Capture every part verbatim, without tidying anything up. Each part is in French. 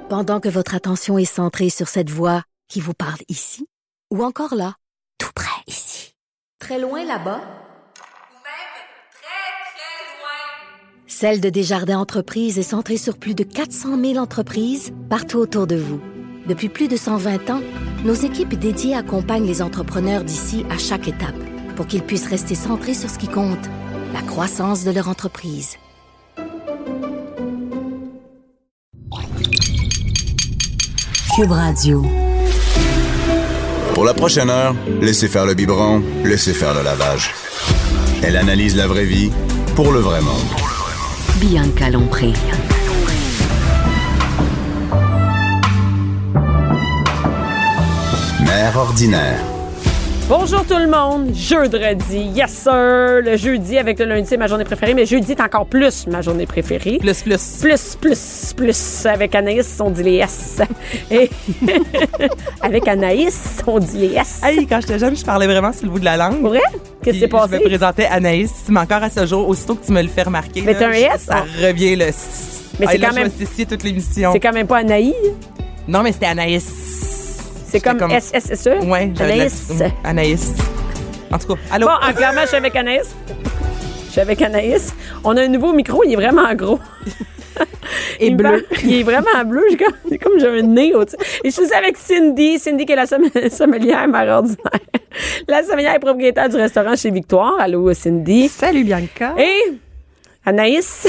Pendant que votre attention est centrée sur cette voix qui vous parle ici, ou encore là, tout près ici, très loin là-bas, ou même très, très loin, Celle de Desjardins Entreprises est centrée sur plus de quatre cent mille entreprises partout autour de vous. Depuis plus de cent vingt ans, nos équipes dédiées accompagnent les entrepreneurs d'ici à chaque étape pour qu'ils puissent rester centrés sur ce qui compte, la croissance de leur entreprise. Cube Radio. Pour la prochaine heure, laissez faire le biberon, laissez faire le lavage. Elle analyse la vraie vie pour le vrai monde. Bianca Lompré. Mère ordinaire. Bonjour tout le monde, jeudi, yes sir, le jeudi avec le lundi c'est ma journée préférée, mais jeudi est encore plus ma journée préférée. Plus, plus. Plus, plus, plus, avec Anaïs on dit les S. Et avec Anaïs on dit les S. Hey, quand j'étais jeune, je parlais vraiment sur le bout de la langue. Pour vrai? Qu'est-ce qui s'est passé? Je me présentais Anaïs, mais encore à ce jour, aussitôt que tu me le fais remarquer, mais t'as un S? Ça revient le... Mais c'est là, quand même... Je vais toute l'émission. C'est quand même pas Anaïs? Non, mais c'était Anaïs. C'est comme, comme S S S E? Ouais, Anaïs. La... Anaïs. En tout cas, allô? Bon, en clairement, je suis avec Anaïs. Je suis avec Anaïs. On a un nouveau micro, il est vraiment gros. Et il bleu. Va, il est vraiment bleu. J'ai comme, j'ai comme j'ai un nez au-dessus. Et je suis avec Cindy. Cindy qui est la somm- sommelière mère ordinaire. La sommelière est propriétaire du restaurant chez Victoire. Allô, Cindy. Salut, Bianca. Et Anaïs.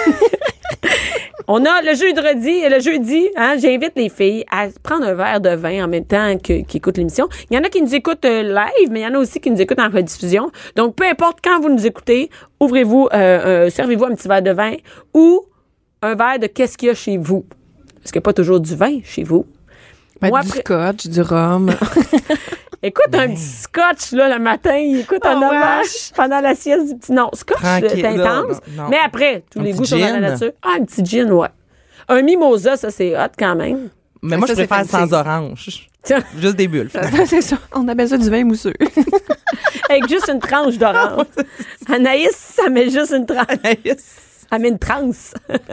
On a le jeudi, le jeudi, hein, j'invite les filles à prendre un verre de vin en même temps que, qu'ils écoutent l'émission. Il y en a qui nous écoutent euh, live, mais il y en a aussi qui nous écoutent en rediffusion. Donc, peu importe quand vous nous écoutez, ouvrez-vous, euh, euh, servez-vous un petit verre de vin ou un verre de qu'est-ce qu'il y a chez vous. Parce qu'il n'y a pas toujours du vin chez vous. Ben, Moi, du après... scotch, du rhum. Écoute ben. un petit scotch là, le matin, écoute oh, un hommage wesh. pendant la sieste du petit... Non, scotch, tranquille, c'est intense. Non, non. Mais après, tous un les goûts gin. sont dans la nature. Ah, un petit gin, ouais. Un mimosa, ça, c'est hot quand même. Mais moi, ça, je préfère c'est sans orange. Tiens. Juste des bulles. C'est ça. On appelle ça du vin mousseux. Avec juste une tranche d'orange. Anaïs, ça met juste une tranche. Anaïs. Elle met une tranche.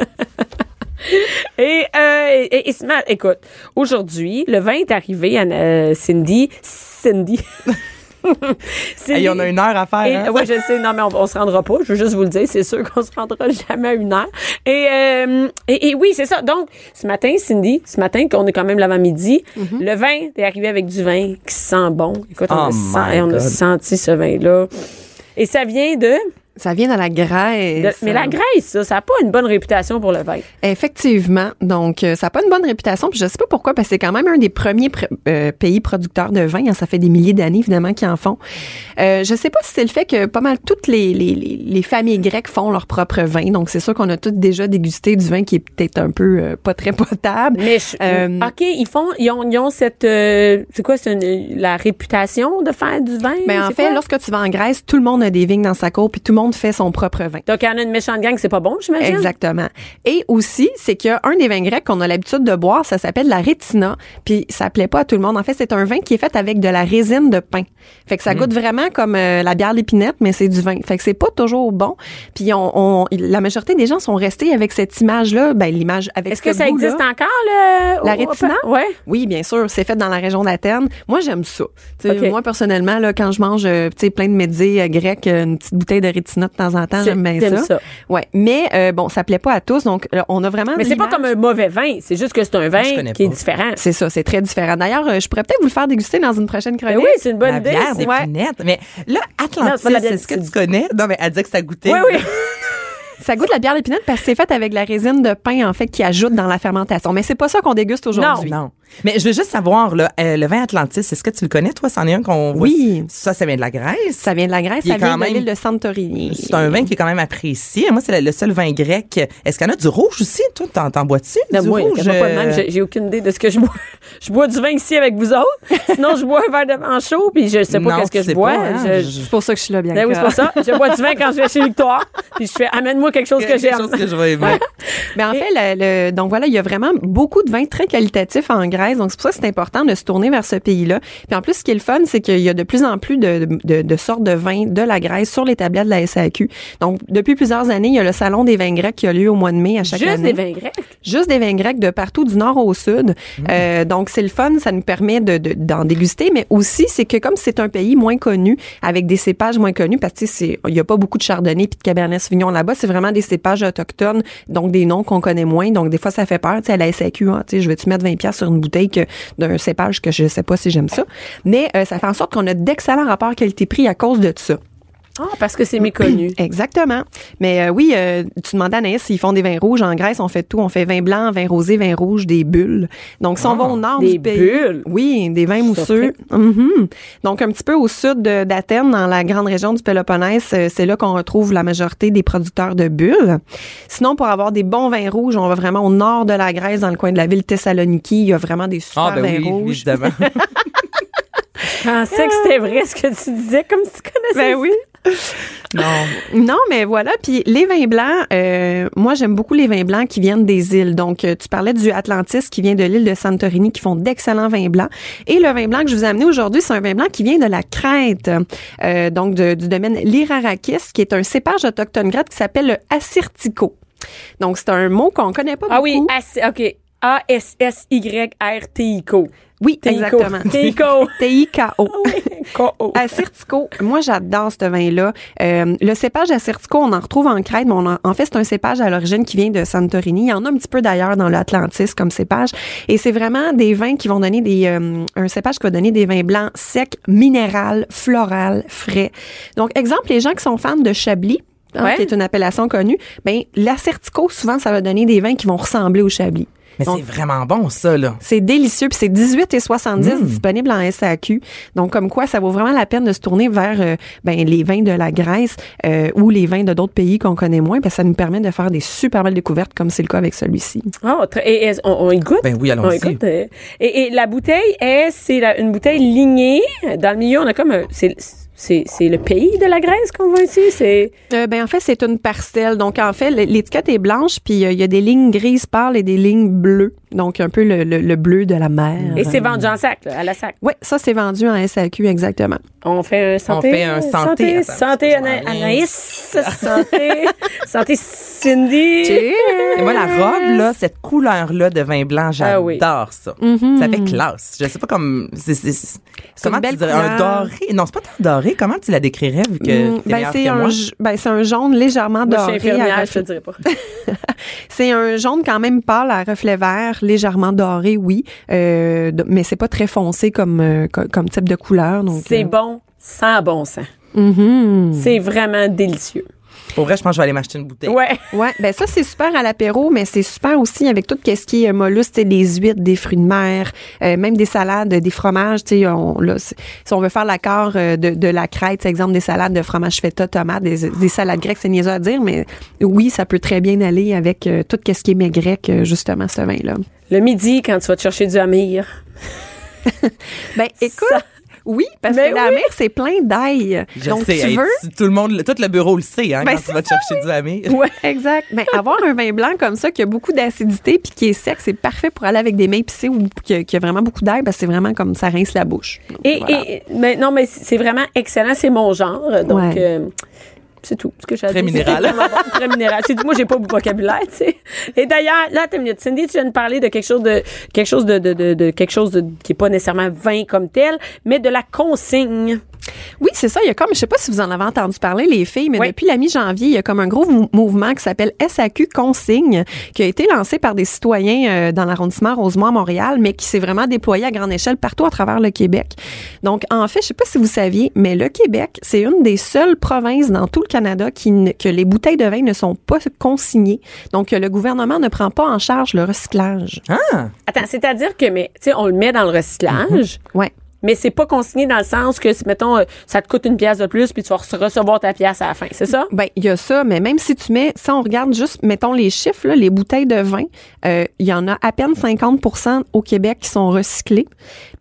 Et, euh, et, et, et écoute, aujourd'hui, le vin est arrivé à euh, Cindy. Cindy. Cindy. Hey, on a une heure à faire. Et, hein? ouais, je sais. Non, mais on, on se rendra pas. Je veux juste vous le dire. C'est sûr qu'on se rendra jamais à une heure. Et, euh, et, et oui, c'est ça. Donc, ce matin, Cindy, ce matin, qu'on est quand même l'avant-midi, mm-hmm. le vin est arrivé avec du vin qui sent bon. Écoute, on, oh a, sent, on a senti ce vin-là. Et ça vient de... Ça vient de la Grèce. De, mais la Grèce, ça, ça n'a pas une bonne réputation pour le vin. Effectivement. Donc, euh, ça n'a pas une bonne réputation. Puis je sais pas pourquoi, parce que c'est quand même un des premiers pr- euh, pays producteurs de vin. Hein, ça fait des milliers d'années, évidemment, qu'ils en font. Euh, je sais pas si c'est le fait que pas mal toutes les, les, les, les familles grecques font leur propre vin. Donc, c'est sûr qu'on a toutes déjà dégusté du vin qui est peut-être un peu euh, pas très potable. Mais, je, euh, OK, ils font, ils ont, ils ont cette, euh, c'est quoi, c'est une, la réputation de faire du vin? Ben, en c'est fait, quoi? lorsque tu vas en Grèce, tout le monde a des vignes dans sa cour, puis tout le monde fait son propre vin. Donc, il y en a une méchante gang, c'est pas bon, j'imagine? Exactement. Et aussi, c'est qu'il y a un des vins grecs qu'on a l'habitude de boire, ça s'appelle la rétina, puis ça plaît pas à tout le monde. En fait, c'est un vin qui est fait avec de la résine de pin. Fait que ça mmh. goûte vraiment comme euh, la bière d'épinette, mais c'est du vin. Fait que c'est pas toujours bon. Puis on, on, la majorité des gens sont restés avec cette image-là, ben l'image avec Est-ce ce que ça goût-là. existe encore, le... La rétina? Ouais. Oui, bien sûr. C'est fait dans la région d'Athènes. Moi, j'aime ça. Okay. Moi, personnellement, là, quand je mange euh, plein de médis euh, grecs, une petite bouteille de rétina de temps en temps, j'aime bien ça. ça. Ouais, mais euh, bon, ça plaît pas à tous, donc là, on a vraiment. Mais c'est pas comme un mauvais vin, c'est juste que c'est un vin qui pas. est différent. C'est ça, c'est très différent. D'ailleurs, euh, je pourrais peut-être vous le faire déguster dans une prochaine chronique. Mais oui, c'est une bonne la idée. Bière c'est d'épinette. Ouais. Mais là, Atlantis, non, est-ce que tu connais? Non, mais elle disait que ça goûtait. Oui, oui. Ça goûte la bière d'épinette parce que c'est fait avec la résine de pain, en fait, qui ajoute dans la fermentation. Mais c'est pas ça qu'on déguste aujourd'hui. Non, non. Mais je veux juste savoir, là, euh, le vin Atlantis, est-ce que tu le connais, toi? C'en est un qu'on voit. Oui. Ça, ça vient de la Grèce. Ça vient de la Grèce, Il ça vient même, de l'île de Santorini. C'est un vin qui est quand même apprécié. Moi, c'est le, le seul vin grec. Est-ce qu'il y en a du rouge aussi? Toi, t'en, t'en bois-tu? Non, du moi, rouge? Pas de même. J'ai, j'ai aucune idée de ce que je bois. Je bois du vin ici avec vous autres. Sinon, je bois un verre de vin chaud, puis je sais pas non, qu'est-ce que je sais bois. Pas, hein? je, je... C'est pour ça que je suis là, bien. Ben oui, c'est pour ça. Je bois du vin quand je vais chez Victoire, puis je fais amène-moi quelque chose que, que j'aime. Quelque chose que je vais aimer. Mais en fait, le, le, donc voilà, il y a vraiment beaucoup de vins très qualitatifs en, Grèce. Donc, c'est pour ça que c'est important de se tourner vers ce pays-là. Puis en plus, ce qui est le fun, c'est qu'il y a de plus en plus de, de, de sortes de vins de la Grèce sur les tablettes de la S A Q. Donc, depuis plusieurs années, il y a le Salon des vins grecs qui a lieu au mois de mai à chaque Juste année. Juste des vins grecs? Juste des vins grecs de partout, du nord au sud. Mmh. Euh, donc, c'est le fun, ça nous permet de, de, d'en déguster, mais aussi, c'est que comme c'est un pays moins connu, avec des cépages moins connus, parce que c'est, il y a pas beaucoup de Chardonnay puis de Cabernet Sauvignon là-bas, c'est vraiment des cépages autochtones, donc des noms qu'on connaît moins, donc des fois, ça fait peur, tu sais, à la S A Q, hein, tu sais, je vais-tu mettre vingt piastres sur une bouteille que, d'un cépage que je sais pas si j'aime ça, mais euh, ça fait en sorte qu'on a d'excellents rapports qualité-prix à cause de ça. Ah, parce que c'est méconnu. Exactement. Mais euh, oui, euh, tu demandais à Anaïs s'ils font des vins rouges. En Grèce, on fait tout. On fait vin blanc, vin rosé, vin rouge, des bulles. Donc, si on va au nord des du pays... Des bulles? Oui, des vins mousseux. Mm-hmm. Donc, un petit peu au sud de, d'Athènes, dans la grande région du Péloponnèse, c'est là qu'on retrouve la majorité des producteurs de bulles. Sinon, pour avoir des bons vins rouges, on va vraiment au nord de la Grèce, dans le coin de la ville Thessaloniki. Il y a vraiment des super ah, ben vins oui, rouges. Évidemment. Je pensais que c'était vrai ce que tu disais, comme si tu connaissais Ben oui. Non. Non, mais voilà. Puis les vins blancs, euh, moi, j'aime beaucoup les vins blancs qui viennent des îles. Donc, euh, tu parlais du Atlantis qui vient de l'île de Santorini, qui font d'excellents vins blancs. Et le vin blanc que je vous ai amené aujourd'hui, c'est un vin blanc qui vient de la Crète. Euh, donc, de, du domaine Lyrarakis, qui est un cépage autochtone grec qui s'appelle le Assyrtiko. Donc, c'est un mot qu'on connaît pas ah beaucoup. Ah oui, OK. A S S Y R T I K O. Oui, exactement. T I K O. T I K O. K O. Assyrtiko, moi j'adore ce vin-là. Euh, le cépage Assyrtiko, on en retrouve en Crète, mais on en, en fait c'est un cépage à l'origine qui vient de Santorini. Il y en a un petit peu d'ailleurs dans l'Atlantis comme cépage. Et c'est vraiment des vins qui vont donner des euh, un cépage qui va donner des vins blancs secs, minéral, floral, frais. Donc exemple, les gens qui sont fans de Chablis, hein, ouais. qui est une appellation connue, ben l'Assyrtiko souvent ça va donner des vins qui vont ressembler au Chablis. Mais donc, c'est vraiment bon, ça, là. C'est délicieux, puis c'est dix-huit et soixante-dix mmh. disponible en S A Q. Donc, comme quoi, ça vaut vraiment la peine de se tourner vers euh, ben, les vins de la Grèce euh, ou les vins de d'autres pays qu'on connaît moins, parce que ça nous permet de faire des super belles découvertes, comme c'est le cas avec celui-ci. Oh, et, et on, on y goûte? Ben oui, allons-y. On y goûte, euh, et, et la bouteille est, c'est la, une bouteille lignée. Dans le milieu, on a comme un... C'est, C'est, c'est le pays de la Grèce qu'on voit ici? C'est... Euh, ben, en fait, c'est une parcelle. Donc, en fait, l'étiquette est blanche, puis il euh, y a des lignes grises pâles et des lignes bleues. Donc, un peu le, le, le bleu de la mer. Et c'est vendu en sac, là, à la sac? Oui, ça, c'est vendu en S A Q, exactement. On fait un santé. On fait un santé. Santé, santé Ana- Anaïs. Santé. Santé Cindy. Cheers. Et moi, la robe, là, cette couleur-là de vin blanc, j'adore ah oui. ça. Mm-hmm. Ça fait classe. Je sais pas comme... C'est, c'est, c'est, c'est comment une belle tu dirais? couleur. Un doré? Non, c'est pas tant doré. Comment tu la décrirais, vu que mmh, t'es ben, meilleure c'est que un, moi? ben, c'est un jaune légèrement Moi, doré. je suis infirmière, à je te dirais pas. C'est un jaune quand même pâle à reflet vert, légèrement doré, oui. Euh, mais c'est pas très foncé comme, euh, comme, comme type de couleur. Donc, c'est euh, bon, sans bon sens. Mm-hmm. C'est vraiment délicieux. Pour vrai, je pense que je vais aller m'acheter une bouteille. Ouais. Ouais, ben ça c'est super à l'apéro, mais c'est super aussi avec tout ce qui est mollusque, des huîtres, des fruits de mer, euh, même des salades, des fromages, tu sais, on là si on veut faire l'accord de, de la Crète, exemple des salades de fromage feta, tomates, des, des salades grecques, c'est niaiseux à dire, mais oui, ça peut très bien aller avec euh, tout ce qui est mets grec, justement ce vin là. Le midi quand tu vas te chercher du amir. Ben écoute, ça... oui, parce mais que la oui. mer, c'est plein d'ail. Je Donc, sais, tu hey, veux... tout le monde, tout le bureau le sait, hein, Ben, quand tu vas te chercher du amir. Oui, exact. Ben, avoir un vin blanc comme ça qui a beaucoup d'acidité puis qui est sec, c'est parfait pour aller avec des mets épicés ou qui a, qui a vraiment beaucoup d'ail parce que c'est vraiment comme ça rince la bouche. Donc, Et, voilà. et mais non, mais c'est vraiment excellent. C'est mon genre. Donc, Ouais. euh, c'est tout. Ce que j'ai à Très dire. minéral. C'est vraiment bon, très minéral. C'est tout. Moi, j'ai pas beaucoup de vocabulaire, tu sais. Et d'ailleurs, là, t'as une minute. Cindy, tu viens de parler de quelque chose de, quelque chose de, de, de, de quelque chose de, qui est pas nécessairement vin comme tel, mais de la consigne. Oui, c'est ça. Il y a comme, je sais pas si vous en avez entendu parler, les filles, mais oui. depuis la mi-janvier, il y a comme un gros mou- mouvement qui s'appelle S A Q Consigne, qui a été lancé par des citoyens euh, dans l'arrondissement Rosemont à Montréal, mais qui s'est vraiment déployé à grande échelle partout à travers le Québec. Donc, en fait, je sais pas si vous saviez, mais le Québec, c'est une des seules provinces dans tout le Canada qui ne, que les bouteilles de vin ne sont pas consignées. Donc, le gouvernement ne prend pas en charge le recyclage. Ah! Attends, c'est-à-dire que, mais, tu sais, on le met dans le recyclage. Ouais. Mais c'est pas consigné dans le sens que, si, mettons, euh, ça te coûte une pièce de plus, puis tu vas re- recevoir ta pièce à la fin, c'est ça? Ben, il y a ça, mais même si tu mets, si on regarde juste, mettons les chiffres, là, les bouteilles de vin, euh, il y en a à peine cinquante pour cent au Québec qui sont recyclées.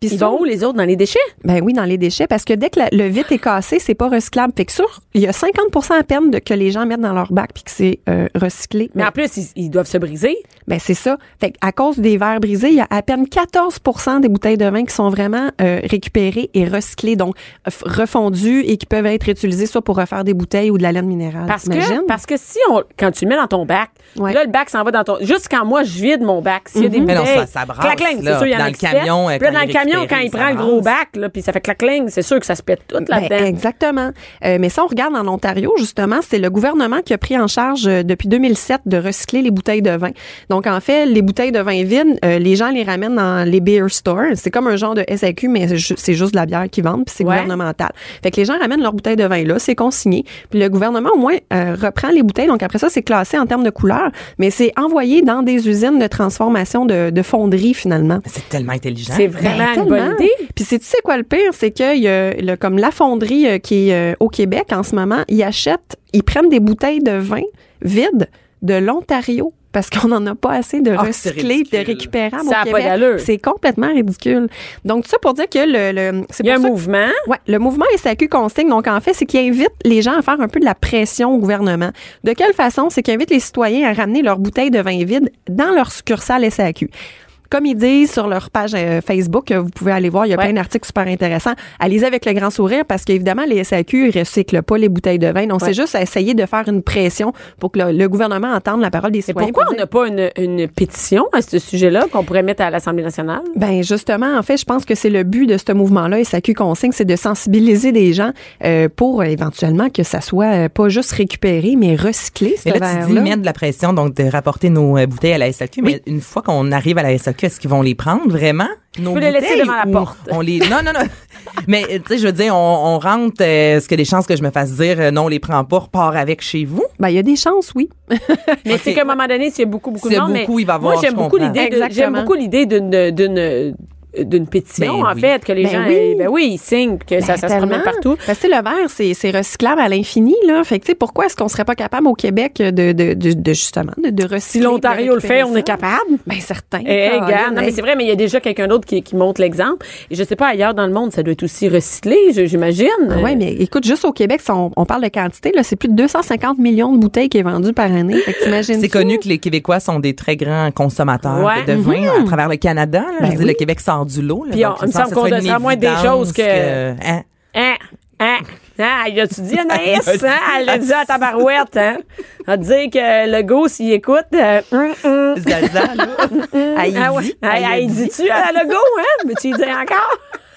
Puis Ils ça, vont où, les autres, dans les déchets? ben oui, dans les déchets, parce que dès que la- le vitre est cassé, c'est pas recyclable. Fait que sur, il y a cinquante pour cent à peine de, que les gens mettent dans leur bac puis que c'est euh, recyclé. Mais en plus, ils, ils doivent se briser. Ben c'est ça. Fait à cause des verres brisés, il y a à peine quatorze pour cent des bouteilles de vin qui sont vraiment euh, récupérées et recyclées, donc f- refondues et qui peuvent être utilisées soit pour refaire des bouteilles ou de la laine minérale. Parce t'imagines? que, parce que si on, quand tu le mets dans ton bac, Ouais. là, le bac s'en va dans ton. Juste quand moi, je vide mon bac, s'il y a des Mais bouteilles. non, ça- ça brasse, clac-cling, là. c'est sûr, il y en Dans a le qui se camion, pètent. euh, Puis là, quand dans il le est camion, quand récupéré, il ça prend le gros brasse. bac, là, puis ça fait clac-cling, c'est sûr que ça se pète tout Ben, là-dedans. exactement. Euh, mais ça, on regarde en Ontario, justement, c'est le gouvernement qui a pris en charge euh, depuis deux mille sept de recycler les bouteilles de vin. Donc, en fait, les bouteilles de vin vides, euh, les gens les ramènent dans les beer stores. C'est comme un genre de S A Q, mais c'est ju- c'est juste de la bière qu'ils vendent, puis c'est Ouais. gouvernemental. Fait que les gens ramènent leurs bouteilles de vin là, c'est consigné. Puis le gouvernement, au moins, euh, reprend les bouteilles. Donc, après ça, c'est classé en termes de couleur, mais c'est envoyé dans des usines de transformation de, de fonderie, finalement. C'est tellement intelligent. C'est vraiment Ben, une tellement. bonne idée. Puis c'est tu sais quoi le pire, c'est que y a le, comme la fonderie euh, qui est euh, au Québec en ce moment, ils achètent, ils prennent des bouteilles de vin vides de l'Ontario parce qu'on n'en a pas assez de Ah, c'est recyclés, de ridicule. récupérables Ça au a pas Québec. d'allure. C'est complètement ridicule. Donc tout ça pour dire que le, le c'est Il y a un pour ça que- mouvement. Ouais, le mouvement S A Q consigne, donc en fait, c'est qu'il invite les gens à faire un peu de la pression au gouvernement. De quelle façon? C'est qu'il invite les citoyens à ramener leurs bouteilles de vin vide dans leur succursale S A Q. Comme ils disent sur leur page euh, Facebook, euh, vous pouvez aller voir, il y a Ouais. plein d'articles super intéressants. Allez-y avec le grand sourire parce qu'évidemment, les S A Q ne recyclent pas les bouteilles de vin. Donc, Ouais. c'est juste à essayer de faire une pression pour que le, le gouvernement entende la parole des Mais citoyens. pourquoi pour on dire- n'a pas une, une pétition à ce sujet-là qu'on pourrait mettre à l'Assemblée nationale? Ben justement, en fait, je pense que c'est le but de ce mouvement-là, S A Q Consigne, c'est de sensibiliser des gens euh, pour euh, éventuellement que ça soit euh, pas juste récupéré, mais recyclé, ce Mais là, tu dis verre-là. mettre de la pression, donc de rapporter nos euh, bouteilles à la S A Q. Mais une fois qu'on arrive à la S A Q, est-ce qu'ils vont les prendre vraiment? Nos peux les laisser bouteilles, devant la ou porte. On les, non, non, non. Mais, tu sais, je veux dire, on, on rentre, euh, est-ce qu'il y a des chances que je me fasse dire, euh, non, on les prend pas, repars avec chez vous? Ben, il y a des chances, oui. Mais Ok. c'est qu'à un moment donné, s'il y a beaucoup, beaucoup S'il y de a monde, beaucoup, mais il va moi, avoir, j'aime je beaucoup comprends. l'idée de, j'aime Exactement. beaucoup l'idée d'une, d'une, d'une pétition, Ben en oui. fait, que les Ben gens, oui. euh, ben oui, ils signent, que ça, Ben, ça se promène tellement. partout. Parce que tu sais, le verre, c'est, c'est recyclable à l'infini, là. Fait que, tu sais, pourquoi est-ce qu'on serait pas capable au Québec de, de, de, de justement, de, de recycler? Si l'Ontario de le fait, on récupérer est ça? capable. Ben, certain. Eh, Colin, regarde, non, mais hey. c'est vrai, mais il y a déjà quelqu'un d'autre qui, qui montre l'exemple. Et je sais pas, ailleurs dans le monde, ça doit être aussi recyclé, je- j'imagine. Ah ouais, mais écoute, juste au Québec, si on, on parle de quantité, là, c'est plus de deux cent cinquante millions de bouteilles qui est vendues par année. Fait que t'imagines C'est ça? connu que les Québécois sont des très grands consommateurs Ouais. de vin à travers le Canada. Là. Ben je veux dire, oui. le Québec sort du lot. Là, Puis on- donc, il me semble semble que qu'on ce soit doit une faire moins des évidence choses que- hein? Hein? Hein? Hein? Il a-tu dit, Anaïs? Hein? Elle l'a dit à ta barouette, hein? Elle a dit que le go, s'il écoute, euh, hum, hum. Zaza, là. Ah, il Ah ouais. dit. Ah, Ah, il a il dit. dit-tu à le go, hein? Mais tu y dis encore?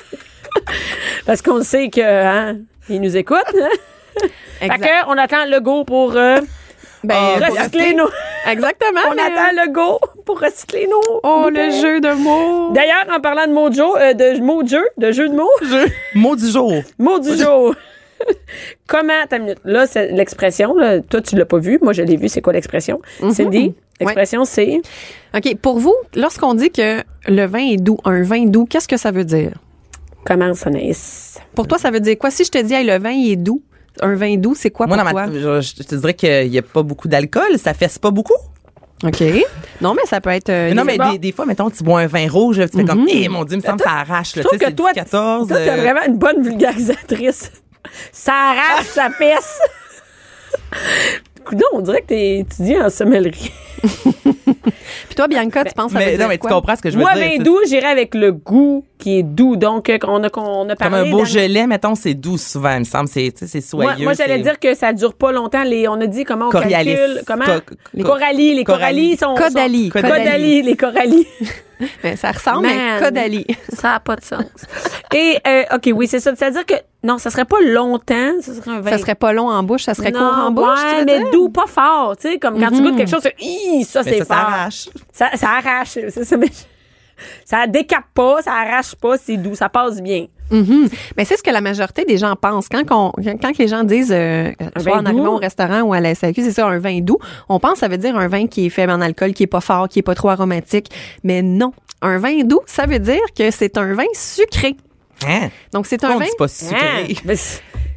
Parce qu'on sait que, hein, il nous écoute, hein? Fait Exact. que, on attend le go pour, euh, Ben, euh, pour recycler acheter. nos. Exactement. On mais- attend le go pour recycler nos. Oh, le bouteilles. jeu de mots. D'ailleurs, en parlant de mojo, euh, de mots de jeu, de jeu de mots, Mot du jour. mot du jour. Comment, ta minute, là, c'est l'expression, là, toi, tu l'as pas vu, moi, je l'ai vu, c'est quoi l'expression? Cindy, l'expression, c'est. OK. Pour vous, lorsqu'on dit que le vin est doux, un vin doux, qu'est-ce que ça veut dire? Commence, Anaïs. Pour toi, ça veut dire quoi? Si je te dis, hey, le vin il est doux, un vin doux, c'est quoi Moi, pour dans toi? ma, je, je te dirais qu'il n'y a pas beaucoup d'alcool. Ça fesse pas beaucoup. OK. Non, mais ça peut être. euh, Mais non, des- mais des, des fois, mettons, tu bois un vin rouge, là, tu fais comme, eh, mon Dieu, il me semble que ça arrache. Je Là, trouve tu sais, que c'est toi, du quatorze. toi, t'as euh, vraiment une bonne vulgarisatrice. Ça arrache, ça pèse. Coudon, on dirait que t'es étudiant en sommellerie. Puis toi, Bianca, tu penses que ça veut mais dire non, mais tu quoi? comprends ce que je veux Moi, dire. vin c'est- doux, j'irais avec le goût qui est doux. Donc, euh, on a, on a Comme parlé... un beau dans- gelé, mettons, c'est doux souvent, il me semble. C'est, tu sais, c'est soyeux. Moi, moi j'allais c'est- dire que ça dure pas longtemps. Les, on a dit comment on Coriolis. calcule. Comment? Co- les co- corallis. Les corallis corallis. sont... Caudalie. sont- Caudalie. Caudalie, les corallis. Ben, ça ressemble, Man. mais Caudalie. Ça n'a pas de sens. Et, euh, OK, oui, c'est ça. C'est-à-dire que, non, ça serait pas longtemps. Ça serait un vin. Ça serait pas long en bouche, ça serait non, court en bouche. tu ouais, veux mais dire? doux, pas fort. Tu sais, comme quand tu goûtes quelque chose, tu fais, Hi, ça, Mais c'est ça, fort. ça arrache. Ça, ça arrache. C'est ça, mais ça décape pas, ça arrache pas, c'est doux, ça passe bien. Mhm. Mais c'est ce que la majorité des gens pensent. Quand, qu'on- quand, quand les gens disent, euh, soit vin en arrivant doux. au restaurant ou à la S A Q, c'est ça, un vin doux, on pense que ça veut dire un vin qui est faible en alcool, qui est pas fort, qui est pas trop aromatique. Mais non. Un vin doux, ça veut dire que c'est un vin sucré. Hein? Donc, c'est un On vin... dit pas sucré. Hein? Mais c'est-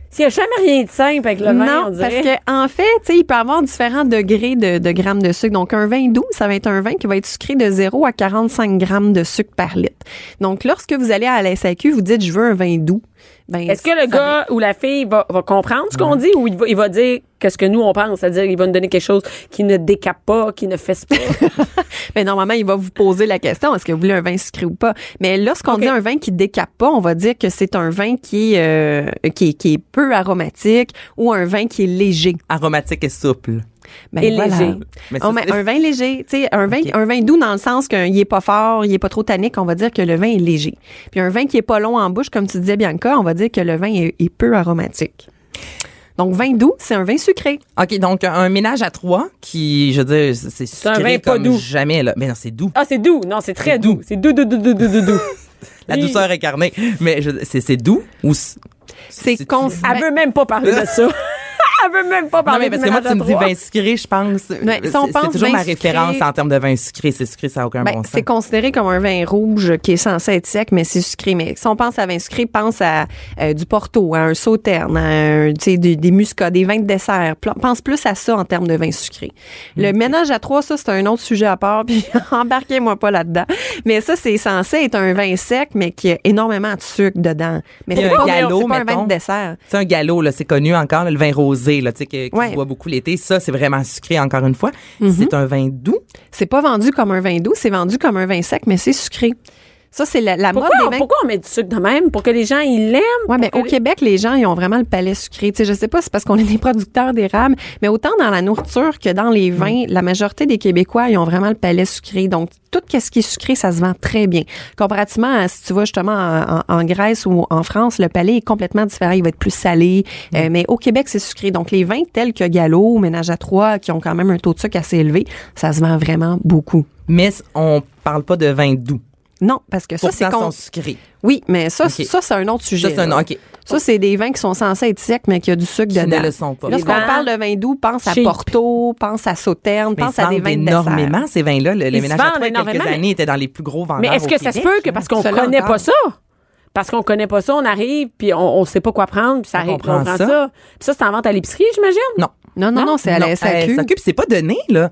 S'il n'y a jamais rien de simple avec le vin, non, on dirait. parce que en fait, tu sais, il peut avoir différents degrés de, de grammes de sucre. Donc, un vin doux, ça va être un vin qui va être sucré de zéro à quarante-cinq grammes de sucre par litre. Donc, lorsque vous allez à la S A Q, vous dites, je veux un vin doux. Ben, Est-ce que le gars ou la fille va, va comprendre ce qu'on dit ou il va, il va dire qu'est-ce que nous on pense? C'est-à-dire, il va nous donner quelque chose qui ne décape pas, qui ne fesse pas. Ben, normalement, il va vous poser la question, est-ce que vous voulez un vin sucré ou pas? Mais lorsqu'on Okay. dit un vin qui décape pas, on va dire que c'est un vin qui est, euh, qui est, qui est peu aromatique ou un vin qui est léger. Aromatique et souple. Ben, Et voilà. léger. Mais Oh, ça, mais c'est- un vin léger, tu sais, un vin, Okay. un vin doux dans le sens qu'il est pas fort, il est pas trop tannique, on va dire que le vin est léger. Puis un vin qui est pas long en bouche, comme tu disais Bianca, on va dire que le vin est, est peu aromatique. Donc vin doux, c'est un vin sucré. OK, donc un ménage à trois qui, je veux dire, c'est sucré un vin pas comme doux. jamais. Là. Mais non, c'est doux. Ah, c'est doux. Non, c'est très C'est doux. doux. C'est doux, doux, doux, doux, doux, doux, doux. La Oui. douceur incarnée. Mais je- c'est c'est doux ou... c- C'est cons- Elle veut même pas parler de ça. Elle veut même pas Non, parler mais de parce que moi, tu me dis vin vin sucré, je pense... Ouais, si on c'est pense c'est toujours vin ma sucré- référence en termes de vin sucré. C'est sucré, ça n'a aucun Ben, bon sens. c'est considéré comme un vin rouge qui est censé être sec, mais c'est sucré. Mais si on pense à vin sucré, pense à euh, du Porto, à un Sauterne, à un, tu sais, des, des muscats, des vins de dessert. Pl- pense plus à ça en termes de vin sucré. Le ménage à trois, ça, c'est un autre sujet à part, puis embarquez-moi pas là-dedans. Mais ça, c'est censé être un vin sec, mais qui a énormément de sucre dedans. Mais Puis c'est un pas, galop, c'est pas un vin mettons. de dessert. C'est un galop, là, c'est connu encore, là, le vin rosé, là, tu sais, que- qui Ouais. se boit beaucoup l'été. Ça, c'est vraiment sucré, encore une fois. Mm-hmm. C'est un vin doux. C'est pas vendu comme un vin doux, c'est vendu comme un vin sec, mais c'est sucré. Ça, c'est la, la Pourquoi, mode on, des vins. pourquoi on met du sucre de même? Pour que les gens, ils l'aiment? Ouais, mais Pour au que les- Québec, les gens, ils ont vraiment le palais sucré. Tu sais, je sais pas, c'est parce qu'on est des producteurs d'érable, mais autant dans la nourriture que dans les vins, la majorité des Québécois, ils ont vraiment le palais sucré. Donc, tout ce qui est sucré, ça se vend très bien. Comparativement à si tu vas justement en, en- en Grèce ou en France, le palais est complètement différent. Il va être plus salé. Euh, mais au Québec, c'est sucré. Donc, les vins tels que Gallo ou Ménage à trois, qui ont quand même un taux de sucre assez élevé, ça se vend vraiment beaucoup. Mais on parle pas de vin doux. Non, parce que ça, Pourtant, c'est ils con- sont sucrés. Oui, mais ça, Ok. ça c'est un autre sujet. Ça, c'est un... là. OK. Ça, c'est des vins qui sont censés être secs, mais qui a du sucre Qui dedans. ne le sont pas. Lorsqu'on Les vins parle de vin doux, pense à cheap. Porto, pense à Sauterne, Mais pense ils à se des vendent vins de dessert. énormément, ces vins-là. Le, le Ils se ménage à vendent trois, il y a quelques énormément, années, était dans les plus gros vendeurs Mais est-ce au que ça se Québec, peut que là. parce qu'on Cela connaît encore. pas ça? Parce qu'on connaît pas ça, on arrive, puis on, on sait pas quoi prendre, puis ça On arrive, comprend on prend ça. ça. Puis ça, c'est en vente à l'épicerie, j'imagine? Non. Non, non, non, c'est à la Non, S A Q. S A Q, puis c'est pas donné, là.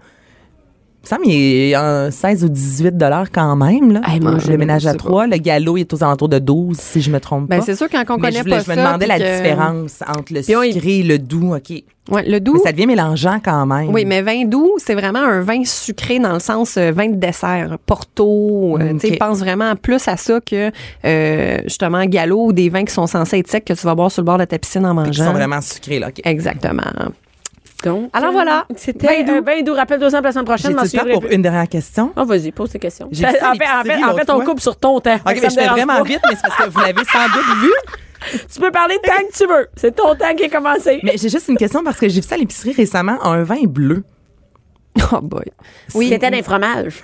Ça, mais il est en seize ou dix-huit dollars quand même, là. Hey, moi, je le ménage sais à pas. trois. Le galop, il est aux alentours de douze, si je me trompe Ben, pas. c'est sûr, quand on Mais connaît je, voulais- pas je me ça, demandais la puis que- différence entre le Puis on- sucré et le doux, OK. Ouais, le doux. Mais ça devient mélangeant quand même. Oui, mais vin doux, c'est vraiment un vin sucré dans le sens euh, vin de dessert, Porto. euh, Ok. Tu sais, pense vraiment plus à ça que euh, justement Gallo ou des vins qui sont censés être secs que tu vas boire sur le bord de ta piscine en Puis qui mangeant. sont vraiment sucrés, là. OK. Exactement. Donc, Alors euh, voilà, C'était vin doux. un vin doux. Rappelle-toi ça la semaine prochaine, m'en J'ai-tu le temps suivrai pour plus. une dernière question? Ah, vas-y, pose tes questions. J'ai vu ça à en fait, en fait, l'épicerie en l'autre fait, on fois. coupe sur ton temps. OK, Ça mais me je fais dérange vraiment pas. vite, mais c'est parce que vous l'avez sans doute vu. Tu peux parler tant que tu veux. C'est ton temps qui est commencé. Mais j'ai juste une question parce que j'ai vu ça à l'épicerie récemment, un vin bleu. Oh boy. Oui, c'était des fromages.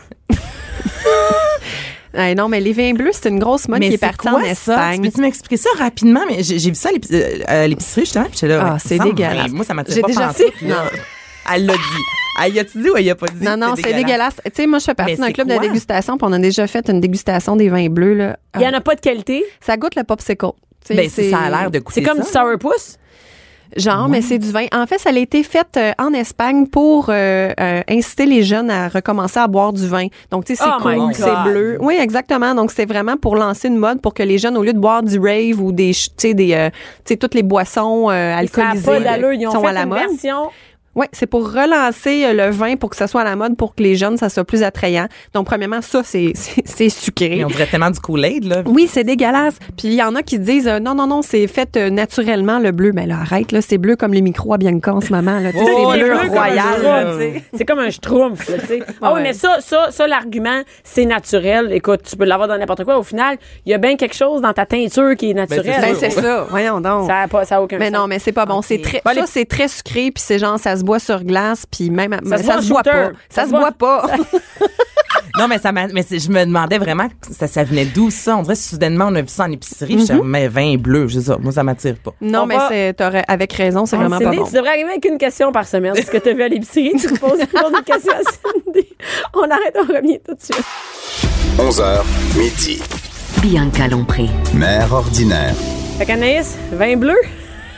Eh non, mais les vins bleus, c'est une grosse mode mais qui est c'est partie quoi en ça? Espagne. Tu peux-tu m'expliquer ça rapidement? Mais j'ai j'ai vu ça à l'épi- euh, à l'épicerie, justement, puis j'étais là. Ah, ouais, c'est il me semble, dégueulasse. mais Moi, ça m'attire J'ai pas déjà pantoute, fait- là. Elle l'a dit. Elle a-tu dit ou elle a pas dit? Non, non, c'est dégueulasse. Tu sais, moi, je fais partie Mais d'un c'est club quoi? de dégustation, puis on a déjà fait une dégustation des vins bleus, là. Il y en a pas de qualité. Ça goûte le popsicle. Tu sais, Ben, c'est- ça a l'air de goûter C'est comme du ça. sourpuss. Genre, mais c'est du vin. En fait, ça a été fait euh, en Espagne pour euh, euh, inciter les jeunes à recommencer à boire du vin. Donc, tu sais, c'est Oh my cool, God. c'est bleu. Oui, exactement. Donc, c'est vraiment pour lancer une mode pour que les jeunes, au lieu de boire du rave ou des, ch- tu sais, des, euh, tu sais, toutes les boissons euh, Ça alcoolisées n'a pas d'allure. Ils ont sont fait à la une mode. version. Oui, c'est pour relancer euh, le vin pour que ça soit à la mode, pour que les jeunes, ça soit plus attrayant. Donc, premièrement, ça, c'est, c'est, c'est sucré. Mais on dirait tellement du Kool-Aid, là. Oui, c'est dégueulasse. Puis il y en a qui disent euh, non, non, non, c'est fait euh, naturellement le bleu. Mais là, arrête, là, c'est bleu comme les micros à Bianca en ce moment. Là, Tu sais, Oh, c'est le bleu bleu comme royal. un là, schtroumpf. tu sais. C'est comme un schtroumpf, là, tu sais. Ah oui, Ouais. mais ça, ça, ça, l'argument, c'est naturel. Écoute, tu peux l'avoir dans n'importe quoi. Au final, il y a bien quelque chose dans ta teinture qui est naturelle. Ben, sûr. c'est ça. Voyons donc. Ça n'a pas, ça a aucun Mais sens. non, mais c'est pas bon. C'est très, Bon, ça, les- c'est très sucré, puis c'est genre, ça se boit sur glace, puis même, ça, se boit en se boit shooter. pas. Ça, se boit pas. Non, mais ça m'a, mais c'est- je me demandais vraiment que ça, ça venait d'où ça. On dirait que soudainement, on a vu ça en épicerie. Je disais, mais vin bleu, je sais ça. Moi, ça m'attire pas. non, On mais va- c'est, t'aurais, avec raison, c'est Ah, vraiment pas Cindy, bon. tu devrais arriver avec une question par semaine. Ce que tu as vu à l'épicerie, tu te poses une question à Cindy. On arrête, on revient tout de suite. onze heures, midi. Bianca Lompré. Mère ordinaire. Fait qu'Anaïs, vin bleu?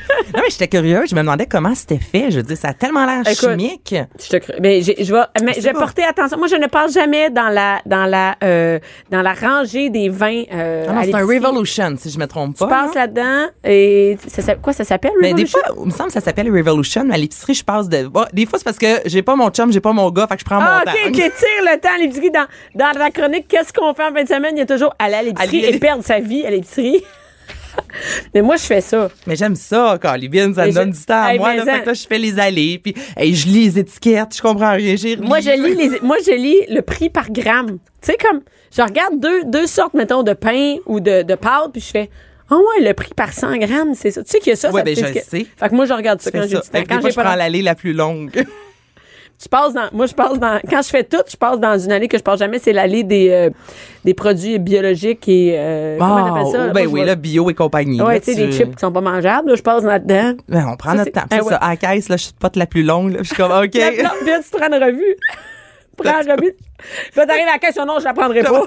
Non, mais j'étais curieuse. Je me demandais comment c'était fait. Je veux dire, ça a tellement l'air Écoute, chimique. Je te cru- mais j'ai- je vais, mais je vais pas. porter attention. Moi, je ne passe jamais dans la, dans la, euh, dans la rangée des vins. Euh, Ah non, à c'est un l'épicerie. Revolution, si je me trompe pas. Tu passes non? là-dedans et ça, s'appelle- quoi ça s'appelle? Mais des Revolution? fois, il me semble que ça s'appelle Revolution, mais à l'épicerie, je passe de. Bon, des fois, c'est parce que j'ai pas mon chum, j'ai pas mon gars, fait que je prends Ah, mon OK, temps. qui tire le temps à l'épicerie. Dans, dans la chronique, qu'est-ce qu'on fait en fin de semaine? Il y a toujours aller à l'épicerie Aller- et perdre sa vie à l'épicerie. Mais moi, je fais ça. Mais j'aime ça, Calibine, ça Mais me donne je- du temps à Hey, moi. mais Là, ça- fait que là, je fais les allées, puis hey, je lis les étiquettes, je comprends rien. J'ai Moi, je lis les, moi, je lis le prix par gramme. Tu sais, comme, je regarde deux, deux sortes, mettons, de pain ou de, de pâte, puis je fais, ah ouais, le prix par cent grammes, c'est ça. Tu sais qu'il y a ça, Ouais, ça ben, petite je le étiquette. sais. Fait que moi, je regarde ça Fais quand j'ai ça. du temps. Fait que Quand des fois, j'ai je pas prends le- l'allée la plus longue. Je passe dans, moi, je passe dans, quand je fais tout, je passe dans une allée que je passe jamais, c'est l'allée des, euh, des produits biologiques et, euh, comment on appelle ça? là? ben Moi, oui, je là, vais- bio et compagnie. Ouais, là, tu sais, tu- des chips qui sont pas mangeables, là, je passe là-dedans. Ben, on prend Ça, notre c'est- temps. Ah, C'est ouais. ça. À la caisse, là, je suis pas la plus longue. Là. Je suis comme, OK. Là, là, puis là, tu te prends une revue. Prends une revue. Puis là, t'arrives à la caisse, non, je la prendrai pas.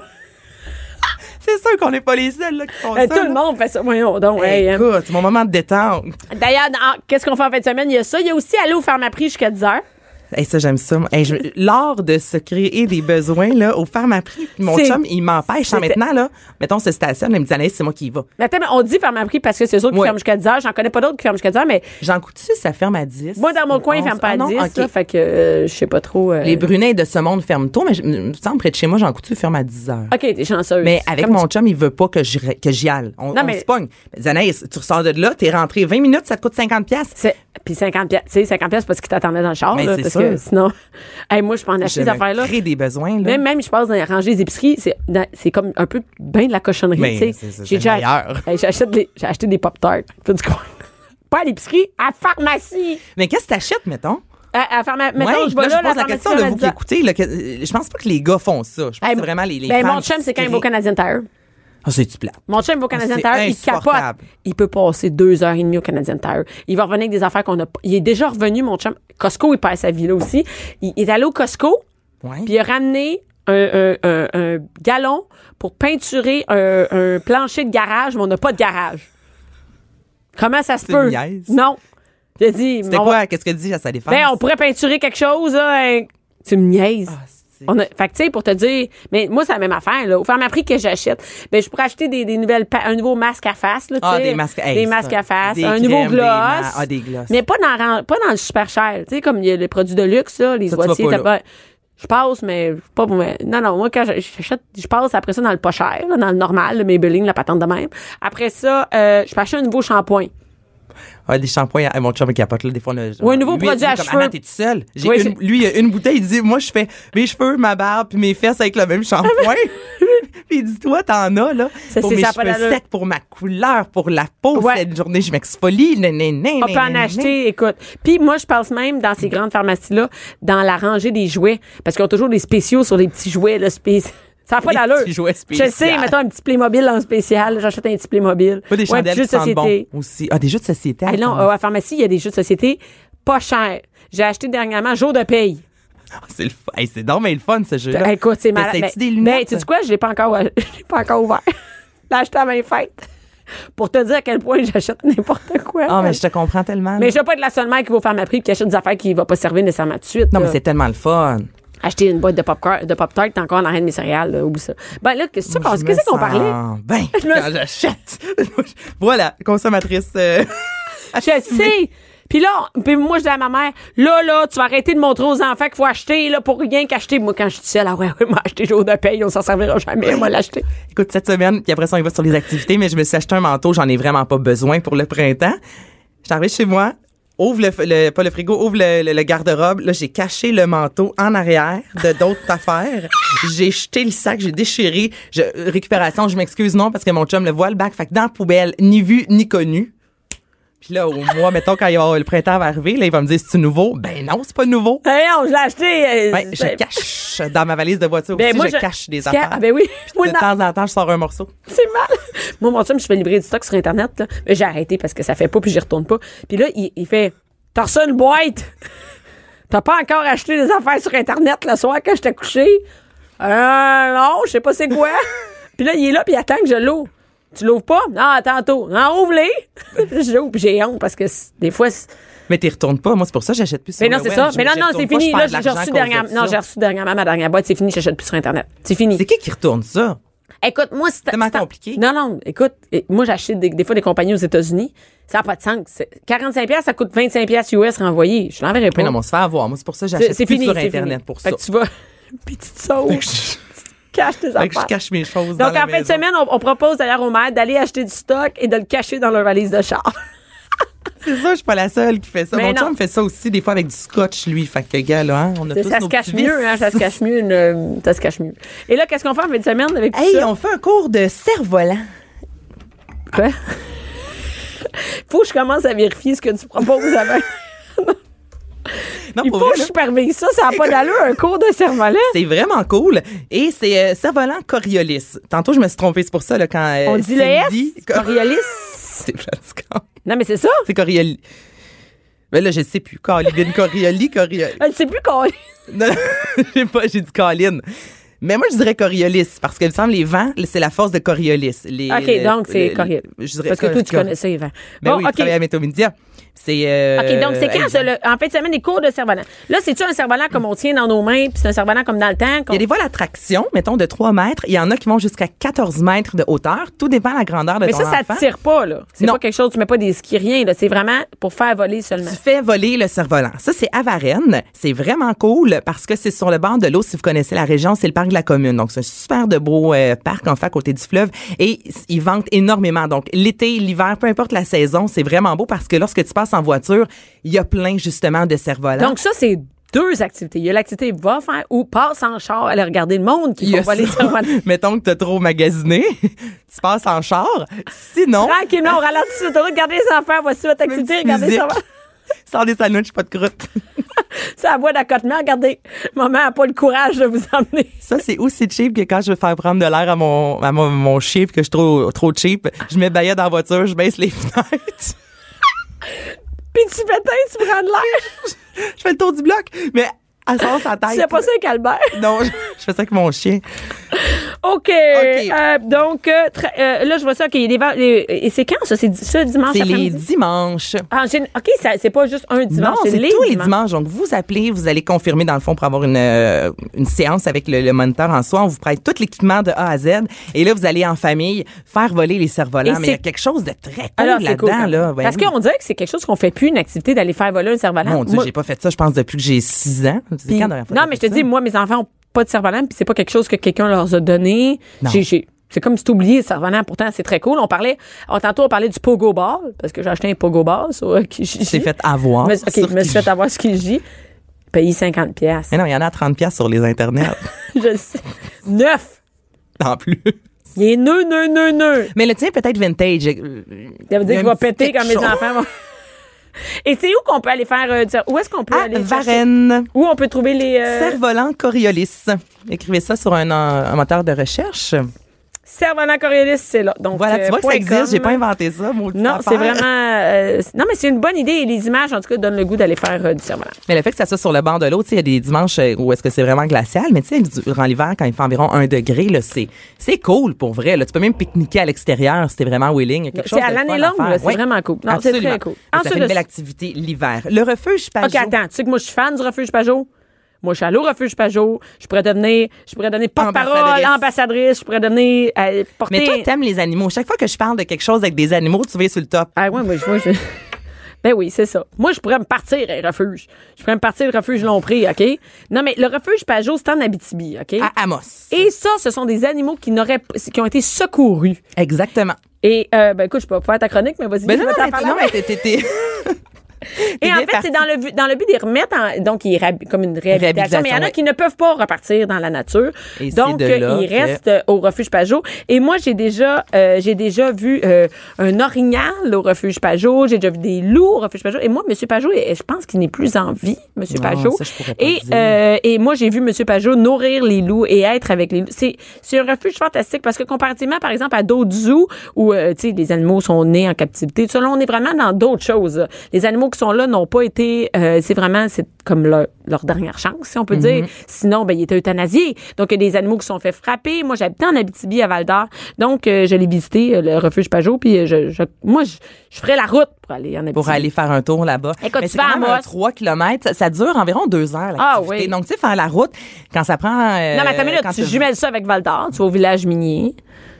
C'est sûr qu'on n'est pas les seuls là, qui font Euh, ça. tout le là. monde fait ça. Voyons donc. Hey, hey, hein. écoute, c'est mon moment de détente. D'ailleurs, dans- qu'est-ce qu'on fait en fin de semaine? Il y a ça. Il y a aussi aller au Pharmaprix jusqu'à dix heures. Hey, ça, j'aime ça. Hey, je- l'art de se créer des besoins, là, au Pharmaprix. Puis mon C'est- chum, il m'empêche. Sans c'était- maintenant, là, mettons, se stationne, il me dit, Anaïs, c'est moi qui y va. Mais attends, mais on dit Pharmaprix parce que c'est sûr qu'ils Ouais. ferment jusqu'à dix heures. J'en connais pas d'autres qui ferment jusqu'à dix heures, mais J'en coûte-tu, ça ferme à dix? moi, dans mon coin, ils onze? ferment pas Ah à non? dix. OK. Là, fait que euh, je sais pas trop. euh, Les Brunets de ce monde ferment tôt, mais je il me semble près de chez moi, j'en coûte-tu ferme à dix heures. OK, t'es chanceuse. Mais avec Comme mon tu- chum, il veut pas que j'y que j'y aille. On, Non, on mais- se pogne. Il dit, Anaïs, tu ressors de là, t'es rentré vingt minutes, ça te coûte cinquante piastres. c'est- Puis cinquante piastres, tu sais, cinquante piastres parce qu'ils t'attendaient dans le char. Mais là, c'est parce sûr. que sinon. Hey, moi, je peux en acheter Je ces me affaires-là. crée des besoins, là. Même, même, je passe dans les rangées des épiceries, c'est, dans- c'est comme un peu bien de la cochonnerie, Mais tu sais. c'est- c'est- J'ai c'est déjà, meilleur. Hey, j'achète des, j'ai acheté des Pop-Tarts. Tout du coin. Pas à l'épicerie, à la pharmacie. Mais qu'est-ce que t'achètes, mettons? À, à pharma- mettons, Ouais, je vais là, là, je pose la pharmacie question de vous qui canadienne. écoutez. Là, que, euh, je pense pas que les gars font ça. Je pense Hey, que c'est vraiment les, les ben, femmes mon chum, qui c'est quand se il va au créent. Canadian Tire. Ah, c'est-tu plat? Mon chum va au Canadian c'est Tire, il capote. insupportable. Il peut passer deux heures et demie au Canadian Tire. Il va revenir avec des affaires qu'on a pas. Il est déjà revenu, mon chum. Costco, il passe sa vie là aussi. Il, il est allé au Costco, Ouais. puis il a ramené un, un, un, un galon pour peinturer un, un plancher de garage, mais on n'a pas de garage. Comment ça se C'est peut? une niaise. Non. J'ai dit, C'était on quoi? va- Qu'est-ce que dit à sa défense? Ben, on pourrait peinturer quelque chose, là. hein. Tu me niaises. Ah, c'est- On a, fait que, tu sais, pour te dire, mais moi, c'est la même affaire, là. Au Pharmaprix que j'achète, ben, je pourrais acheter des, des nouvelles, pa- un nouveau masque à face, là, tu Ah, sais. des masques- hey, Des ça. masques à face, Des un crèmes, nouveau des gloss. ma- ah, des glosses. Mais pas dans, pas dans le super cher. Tu sais, comme il y a les produits de luxe, là, les Ça, tu vas boîtiers, pas t'as là. pas- je passe, mais pas pour moi. Non, non, moi, quand j'achète, je passe après ça dans le pas cher, là, dans le normal, le Maybelline, la patente de même. Après ça, euh, je peux acheter un nouveau shampoing. Ah, des shampoings, ah, mon chum il capote, là, des fois, on a, genre, Ou un nouveau lui, il produit dit à comme, cheveux. Anna, t'es-tu seule? J'ai Oui, une, c'est- lui, il a une bouteille, il dit, moi, je fais mes cheveux, ma barbe, puis mes fesses avec le même shampoing. Puis il dit, toi, t'en as, là, Ça, pour c'est- mes ça a pas cheveux d'allure. secs, pour ma couleur, pour la peau, Ouais. cette journée, je m'exfolie, nan, nan, nan, On nan, peut en nan, acheter, écoute. Puis moi, je pense même dans ces grandes pharmacies-là, dans la rangée des jouets, parce qu'ils ont toujours des spéciaux sur les petits jouets, là, spé- ça n'a pas Les d'allure. petits jouets Je sais, spéciaux. mettons un petit Playmobil en spécial, j'achète un petit Playmobil. Pas des Ouais, chandelles puis jeux qui de sentent bon société. aussi. Ah, des jeux de société. Ah, non, attends. euh, à la pharmacie, il y a des jeux de société pas chers. J'ai acheté dernièrement Jour de paye. Ah, c'est le fun. Hey, c'est donc mais le fun, ce jeu-là. Écoute, c'est malade. T'essayes-tu Mais, des mais lunettes? tu sais quoi, je l'ai pas encore, je l'ai pas encore ouvert. Je l'ai acheté à main faite. Pour te dire à quel point j'achète n'importe quoi. Ah, mais je te comprends tellement. Mais là. je vais pas être la seule mère qui va faire ma prix et qui achète des affaires qui ne vont pas servir nécessairement tout de suite. Non, là. mais c'est tellement le fun. Acheter une boîte de pop-tart, de pop-tart, t'es encore en arrêt de mes céréales, là, oublie ça. Ben là, qu'est-ce que tu penses? Je Qu'est-ce me qu'on parlait? sens Ben, Je me- quand j'achète. Voilà, consommatrice. euh, Je sais! Puis là, puis moi, je dis à ma mère, là, là, tu vas arrêter de montrer aux enfants qu'il faut acheter, là, pour rien qu'acheter. Moi, quand je suis seule, ah ouais, ouais, moi, acheter jour de paye, on s'en servira jamais, on va l'acheter. Écoute, cette semaine, puis après ça, on y va sur les activités, mais je me suis acheté un manteau, j'en ai vraiment pas besoin pour le printemps. Je suis arrivée chez moi, ouvre le, le- pas le frigo, ouvre le, le- le garde-robe. Là, j'ai caché le manteau en arrière de d'autres affaires. J'ai jeté le sac, j'ai déchiré. Je, récupération, je m'excuse, non, parce que mon chum le voit le bac. Fait que dans la poubelle, ni vu, ni connu. Puis là, au mois, mettons, quand il va, le printemps va arriver, là, il va me dire, c'est-tu nouveau? Ben non, c'est pas nouveau. Hey, non, je l'ai acheté. euh, Ben, je ben, cache dans ma valise de voiture ben, aussi, moi, je, cache des Ah, affaires. ben oui. Moi, De non, temps en temps, je sors un morceau. c'est mal. Moi, mon chum, je fais livrer du stock sur Internet, là. Mais j'ai arrêté parce que ça fait pas, puis j'y retourne pas. Puis là, il, il fait, t'as reçu une boîte? T'as pas encore acheté des affaires sur Internet le soir quand j'étais couché? Euh, non, je sais pas c'est quoi. Puis là, il est là, puis il attend que je l'ouvre. Tu l'ouvres pas? Ah, tantôt. Non, ouvre-les. J'ouvre, puis j'ai honte parce que c'est- des fois... c'est- Mais t'y retournes pas. Moi, c'est pour ça que j'achète plus sur Mais non, le c'est web. ça. Je- Mais non, j'y non, retourne c'est pas, fini. je Là, perds de j'ai l'argent reçu à dernière... cause de Non, ça. j'ai reçu dernièrement ma dernière boîte. C'est fini, j'achète plus sur Internet. C'est fini. C'est qui qui retourne ça? Écoute, moi, c'est tellement c'est- compliqué. Non, non, écoute, et- moi, j'achète des, des fois des compagnies aux États-Unis. Ça n'a pas de sens. C'est- quarante-cinq dollars, ça coûte vingt-cinq dollars U S renvoyé. Je l'enverrai pas. Mais non, mais on se fait avoir. Moi, c'est pour ça que C'est j'achète c'est plus fini. sur c'est Internet fini. pour Fait ça. que tu vas. Puis tu te sauves. Fait que je- Tu caches tes Fait que je affaires. cache mes choses dans Donc, la en fin de maison. semaine, on, on propose d'ailleurs aux mères d'aller acheter du stock et de le cacher dans leur valise de char. C'est ça, je suis pas la seule qui fait ça. Mais Mon non. chum fait ça aussi, des fois, avec du scotch, lui. Fait que, gars, là, hein, on a tous Ça nos se cache petits mieux, hein, ça se vices. cache mieux. une- euh, ça se cache mieux. Et là, qu'est-ce qu'on fait en fin de semaine avec tout Hey, ça? on fait un cours de cerf-volant. Quoi? Faut que je commence à vérifier ce que tu proposes avant. Non, Il pour faut vrai, que là, je supervise ça. Ça n'a pas d'allure, un cours de cerf-volant. c'est vraiment cool. Et c'est euh, cerf-volant Coriolis. Tantôt, je me suis trompée. C'est pour ça, là, quand. euh, On dit le S? Cindy- Coriolis? C'est fatigant. Non, mais c'est ça. C'est Coriolis. Ben là, je sais plus. Caroline Corioli, Corioli. Je ne sais plus quoi. Non, non, j'ai pas, j'ai dit Caroline. Mais moi, je dirais Coriolis, parce que, il me semble, les vents, c'est la force de Coriolis. Les, OK, le- donc c'est le- Coriolis. Je dirais Parce que toi, tu Cor- connais ça, Yvan. Ben Bon, oui, OK. je travaille à Météo-Média. C'est. euh, OK, donc c'est quand, hey, ça, le- en fin de semaine, des cours de cerf-volant? Là, c'est-tu un cerf-volant comme on tient dans nos mains, puis c'est un cerf-volant comme dans le temps? Il qu'on- y a des vols à traction, mettons, de trois mètres. Il y en a qui vont jusqu'à quatorze mètres de hauteur. Tout dépend de la grandeur de Mais ton ça, ça enfant. ne tire pas, là. C'est Non. pas quelque chose, tu mets pas des skis, rien, là. C'est vraiment pour faire voler seulement. Tu fais voler le cerf-volant. Ça, c'est à Varennes. C'est vraiment cool parce que c'est sur le bord de l'eau. Si vous connaissez la région, c'est le parc de la commune. Donc, c'est un super de beau euh, parc, en fait, à côté du fleuve. Et ils vendent énormément. Donc, l'été, l'hiver, peu importe la saison, c'est vraiment beau parce que lorsque tu passes en voiture, il y a plein, justement, de cerfs-volants. Donc, ça, c'est deux activités. Il y a l'activité va faire ou passe en char, aller regarder le monde qui Il y font a voler le ça. cerf-volant. Mettons que t'as trop magasiné, tu passes en char. Sinon, Tranquillement, on ralentit sur l'autoroute, regardez les enfants, voici votre activité, petite regardez ça. musique. Sors des sandwichs, pas de croûte. C'est la voie d'accotement, regardez. Maman n'a pas le courage de vous emmener. Ça, c'est aussi cheap que quand je veux faire prendre de l'air à mon, à mon, mon chien puis que je suis trop, trop cheap. Je mets baillette dans la voiture, je baisse les fenêtres. Puis tu fais teint, tu prends de l'air. Je fais le tour du bloc, mais elle sort sa tête. Tu fais pas ça avec Albert. Non, je, je fais ça avec mon chien. OK. Euh, donc, euh, tra- euh, là, je vois ça. OK, il y a des va- les- et c'est quand, ça? C'est di- ce dimanche C'est les après-midi? dimanches. Ah, j'ai- OK, ça, c'est pas juste un dimanche, Non, c'est les tous les dimanches. dimanches. Donc, vous appelez, vous allez confirmer dans le fond pour avoir une, euh, une séance avec le, le moniteur en soi. On vous prête tout l'équipement de A à Z. Et là, vous allez en famille faire voler les cerfs-volants. Et Mais il y a c'est- quelque chose de très cool Alors, c'est là-dedans. cool, quand même. là. Ben Parce oui. qu'on dirait que c'est quelque chose qu'on fait plus, une activité d'aller faire voler un cerf-volant. Mon Dieu, Moi- j'ai pas fait ça, je pense, depuis que j'ai six ans. C'est Puis- quand la dernière fois non, que mais je t'as te fait dis, ça? moi, mes enfants ont pas de cerf-volant, puis c'est pas quelque chose que quelqu'un leur a donné. Non. J'ai, j'ai- c'est comme si t'oubliais le cerf-volant. Pourtant, c'est très cool. On parlait, on, tantôt, on parlait du pogo ball, parce que j'ai acheté un pogo ball sur euh, Kijiji. Tu t'es fait avoir. Mais- OK, sur je me suis Kijiji. fait avoir ce Kijiji. Payé cinquante piastres. Mais non, il y en a à trente piastres sur les internets. Je le sais. Neuf. en plus. Il est nœud, nœud, nœud, nœud. Mais le tien est peut-être vintage. Ça veut Il y a dire qu'il un va petit péter quelque comme mes chose. enfants vont. Et c'est où qu'on peut aller faire, euh, dire- où est-ce qu'on peut À aller chercher? Varennes. Où on peut trouver les, euh, Cerf-volant Coriolis. Écrivez ça sur un, un moteur de recherche. cerf-volant Coriolis, c'est là. Donc, Voilà, tu euh, vois que ça point existe. com. J'ai pas inventé ça, maudite Non, c'est affaire. vraiment. euh, c'est- non, mais c'est une bonne idée et les images, en tout cas, donnent le goût d'aller faire euh, du cerf-volant. Mais le fait que ça soit sur le bord de l'eau, tu sais, il y a des dimanches euh, où est-ce que c'est vraiment glacial, mais tu sais, durant l'hiver, quand il fait environ un degré, là, c'est, c'est cool pour vrai, là. Tu peux même pique-niquer à l'extérieur si t'es vraiment willing. Il y a quelque chose C'est à de l'année fun longue, faire. là, c'est Oui, vraiment cool. Non, c'est absolument. très cool. Ça Ensuite fait de une belle ça- activité l'hiver. Le refuge Pajot. OK, attends. Tu sais que moi, je suis fan du refuge Pajot. Moi, je suis allée au refuge Pajot. Je pourrais devenir, je pourrais donner porte-parole, Ambassadrice. ambassadrice. Je pourrais donner, euh, porter. Mais toi, t'aimes les animaux. Chaque fois que je parle de quelque chose avec des animaux, tu vas sur le top. Ah, ouais, moi, je moi, je- Ben oui, c'est ça. Moi, je pourrais me partir un refuge. Je pourrais me partir le refuge Lompré, OK? Non, mais le refuge Pajot, c'est en Abitibi, OK? À Amos. Et ça, ce sont des animaux qui n'auraient, qui ont été secourus. Exactement. Et, euh, ben, écoute, je peux pas faire ta chronique, mais vas-y. Ben je non, vais non, t'en mais, parler non, après. mais t'es, t'es, t'es- Et en bien fait, c'est dans le, but- dans le but de les remettre en, donc, ils réhab- comme une réhabilitation. Mais il y en a Réhabilitation, qui ne peuvent pas repartir dans la nature. Et c'est Donc, de euh, là ils que- restent euh, au refuge Pajot. Et moi, j'ai déjà, euh, j'ai déjà vu, euh, un orignal au refuge Pajot. J'ai déjà vu des loups au refuge Pajot. Et moi, M. Pajot, eh, je pense qu'il n'est plus en vie, M. Non, Pajot. ça, je pourrais pas et, le dire. euh, et moi, j'ai vu M. Pajot nourrir les loups et être avec les loups. C'est, c'est un refuge fantastique parce que comparativement, par exemple, à d'autres zoos où, euh, tu sais, les animaux sont nés en captivité, tout ça, là, on est vraiment dans d'autres choses. Les animaux qui sont là n'ont pas été, euh, c'est vraiment, c'est comme leur, leur dernière chance, si on peut Mm-hmm. dire. Sinon, ben, ils étaient euthanasiés. Donc, il y a des animaux qui sont fait frapper. Moi, j'habitais en Abitibi, à Val-d'Or. Donc, euh, je l'ai visité, euh, le refuge Pajot, puis je, je, moi, je, je ferais la route pour aller en Abitibi. Pour aller faire un tour là-bas. Écoute, Mais tu c'est vas quand à même un Amos. trois kilomètres. Ça, ça dure environ deux heures, l'activité. Ah oui. Donc, tu sais, faire la route, quand ça prend... euh, Non, mais attends une minute, quand tu jumelles ça avec Val-d'Or, tu vas au village minier.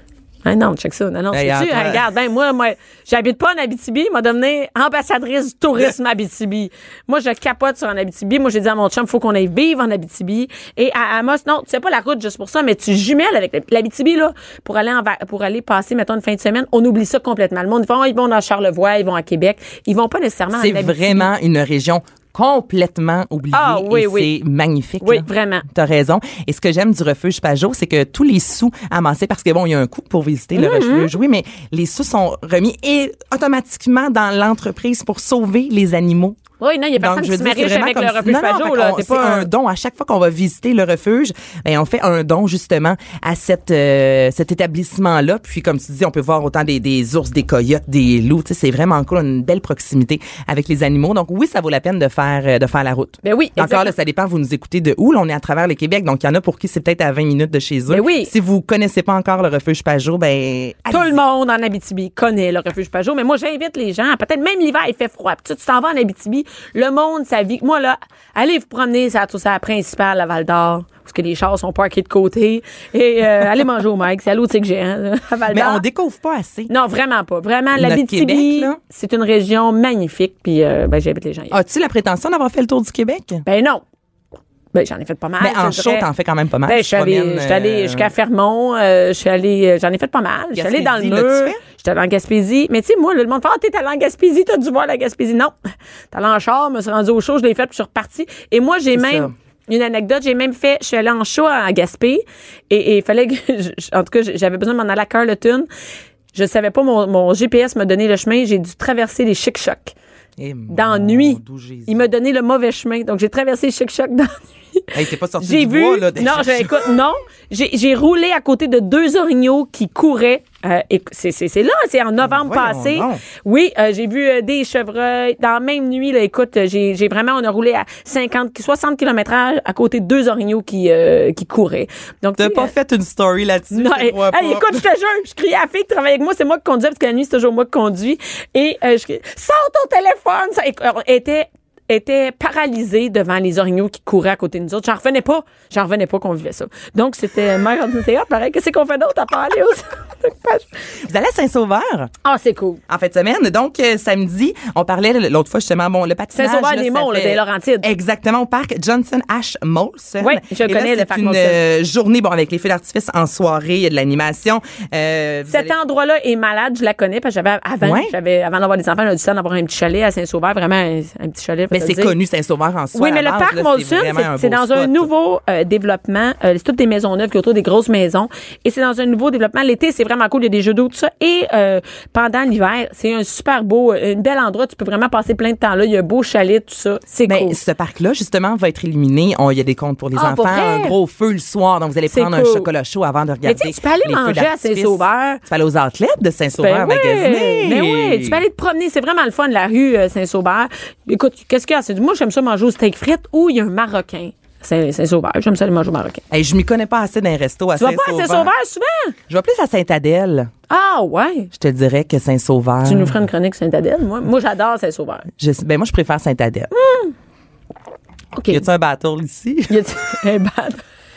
Ah non, check ça. Non, non, Hey, sais-tu? attends. Regarde, ben, moi, moi, j'habite pas en Abitibi, m'a devenue ambassadrice du tourisme Abitibi. Moi, je capote sur en Abitibi. Moi, j'ai dit à mon chum, faut qu'on aille vivre en Abitibi. Et à Amos, non, tu sais pas la route juste pour ça, mais tu jumelles avec l'Abitibi, là, pour aller en, va- pour aller passer, mettons, une fin de semaine. On oublie ça complètement. Le monde, ils vont, ils vont dans Charlevoix, ils vont à Québec. Ils vont pas nécessairement C'est en Abitibi. vraiment une région complètement oubliée Ah, oui, et oui. c'est magnifique. Oui, là. vraiment. T'as raison. Et ce que j'aime du refuge Pajot, c'est que tous les sous amassés, parce que bon, il y a un coût pour visiter le Mm-hmm. refuge, oui, mais les sous sont remis et automatiquement dans l'entreprise pour sauver les animaux. Oui, non, il y a Donc, personne je qui veux se dire, marie c'est vraiment avec comme le si- refuge non, non, Pajot, fait là. qu'on- T'es c'est pas un don. À chaque fois qu'on va visiter le refuge, ben, on fait un don, justement, à cette, euh, cet établissement-là. Puis, comme tu dis, on peut voir autant des, des ours, des coyotes, des loups. Tu sais, c'est vraiment cool. On a une belle proximité avec les animaux. Donc, oui, ça vaut la peine de faire, euh, de faire la route. Ben oui, Encore, exactement. là, ça dépend, vous nous écoutez de où. Là, on est à travers le Québec. Donc, il y en a pour qui c'est peut-être à vingt minutes de chez eux. Ben oui. Si vous connaissez pas encore le refuge Pajot, ben, Tout allez-y. le monde en Abitibi connaît le refuge Pajot, mais moi, j'invite les gens, peut-être même l'hiver, il fait froid. Puis tu tu t'en vas en Abitibi, le monde, sa vie. Moi, là, allez vous promener sur la tour- sur la principale à Val-d'Or, parce que les chars sont parqués de côté, et euh, allez manger au Mike, c'est à l'autre, c'est que j'ai, hein, à Val-d'Or. Mais on découvre pas assez. Non, vraiment pas. Vraiment, Notre l'Abitibi, Québec, là. c'est une région magnifique, puis euh, ben, j'invite les gens. As-tu la prétention d'avoir fait le tour du Québec? Ben non. Ben, j'en ai fait pas mal. Mais je en te show, dirais. t'en fais quand même pas mal. Ben, Tu je suis te allée, promènes, je suis allée euh, jusqu'à Fermont, euh, je suis allée, euh, j'en ai fait pas mal. Je suis allée dans le Gaspésie, l'as-tu mur. fait? J'étais allée en Gaspésie. Mais tu sais, moi, le monde fait, ah, t'es allée en Gaspésie, t'as dû voir la Gaspésie. Non. T'es allée en char, me suis rendue au show, je l'ai fait, puis je suis repartie. Et moi, j'ai C'est même, une anecdote, j'ai même fait, je suis allée en show à Gaspé, et il fallait que, je- en tout cas, j'avais besoin de m'en aller à Carleton. Je savais pas, mon, mon G P S m'a donné le chemin, j'ai dû traverser les chic-chocs. Eh, Dans la mon nuit. doux Jésus. Il m'a donné le mauvais chemin. Donc, j'ai traversé les chic-chocs dans la nuit. Hey, t'es pas sorti J'ai du vu. bois, là. non, j'ai, écoute, non. J'ai, j'ai roulé à côté de deux orignaux qui couraient. Euh, et c'est, c'est, c'est là, c'est en novembre Voyons passé. donc. Oui, euh, j'ai vu euh, des chevreuils. Dans la même nuit, là, écoute, euh, j'ai, j'ai vraiment, on a roulé à cinquante, soixante kilomètres heure à côté de deux orignaux qui, euh, qui couraient. Donc, T'as tu sais, pas euh, fait une story là-dessus, non, je te hey, crois hey, pas. écoute, je te jure, je criais à la fille qui travaillait avec moi, c'est moi qui conduisais, parce que la nuit, c'est toujours moi qui conduis. Et euh, je criais, sors ton téléphone! Ça, et, euh, elle était, était paralysée devant les orignaux qui couraient à côté de nous autres. J'en revenais pas. J'en revenais pas qu'on vivait ça. Donc, c'était mère c'est ah, pareil, qu'est-ce qu'on fait d'autre à part aller au Vous allez à Saint-Sauveur Ah, c'est cool. en fin de semaine. Donc, euh, samedi, on parlait l'autre fois justement, bon, le patinage. Saint-Sauveur-des-Monts, là, là, ça des Laurentides. Exactement, au parc Johnson Ash Molson. Oui, je Et là, connais le c'est parc une Molson. euh, journée, bon, avec les feux d'artifice en soirée, il y a de l'animation. Euh, vous Cet allez- endroit-là est malade, je la connais, parce que j'avais, avant, Ouais. j'avais, avant d'avoir des enfants, j'avais du temps d'avoir un petit chalet à Saint-Sauveur, vraiment un, un petit chalet. Mais faut c'est te dire. connu, Saint-Sauveur en soi. Oui, à mais la le base, parc là, Molson, vraiment c'est, un c'est beau dans un spot. nouveau euh, développement. Euh, c'est toutes des maisons neuves qui autour des grosses maisons. Et c'est dans un nouveau développement. L'été, c'est vraiment cool. Il y a des jeux d'eau, tout ça. Et euh, pendant l'hiver, c'est un super beau, euh, une belle endroit. Tu peux vraiment passer plein de temps là. Il y a un beau chalet, tout ça. C'est Mais cool. ce parc-là, justement, va être éliminé. On- Il y a des comptes pour les Ah, enfants, pour vrai? un gros feu le soir. Donc, vous allez C'est prendre un cool. chocolat chaud avant de regarder. Mais tu sais, tu peux aller les feux manger à d'artifice. Saint-Sauveur. Tu peux aller aux outlets de Saint-Sauveur Ben oui, magasiner. ben oui, tu peux aller te promener, c'est vraiment le fun de la rue euh, Saint-Sauveur. Écoute, qu'est-ce qu'il y a? C'est, moi, j'aime ça manger au steak frites ou il y a un Marocain. Saint- Saint-Sauveur, j'aime ça aller manger au Marocain. Hey, je m'y connais pas assez d'un resto à Tu vas pas Saint-Sauveur. à Saint-Sauveur souvent? Je vais plus à Sainte-Adèle. Ah ouais. Je te dirais que Saint-Sauveur. Tu nous ferais une chronique Saint-Adèle? Moi, moi j'adore Saint-Sauveur. Je, ben moi, je préfère Sainte-Adèle. OK. Y a-tu un battle ici? Y a-t-il un bad?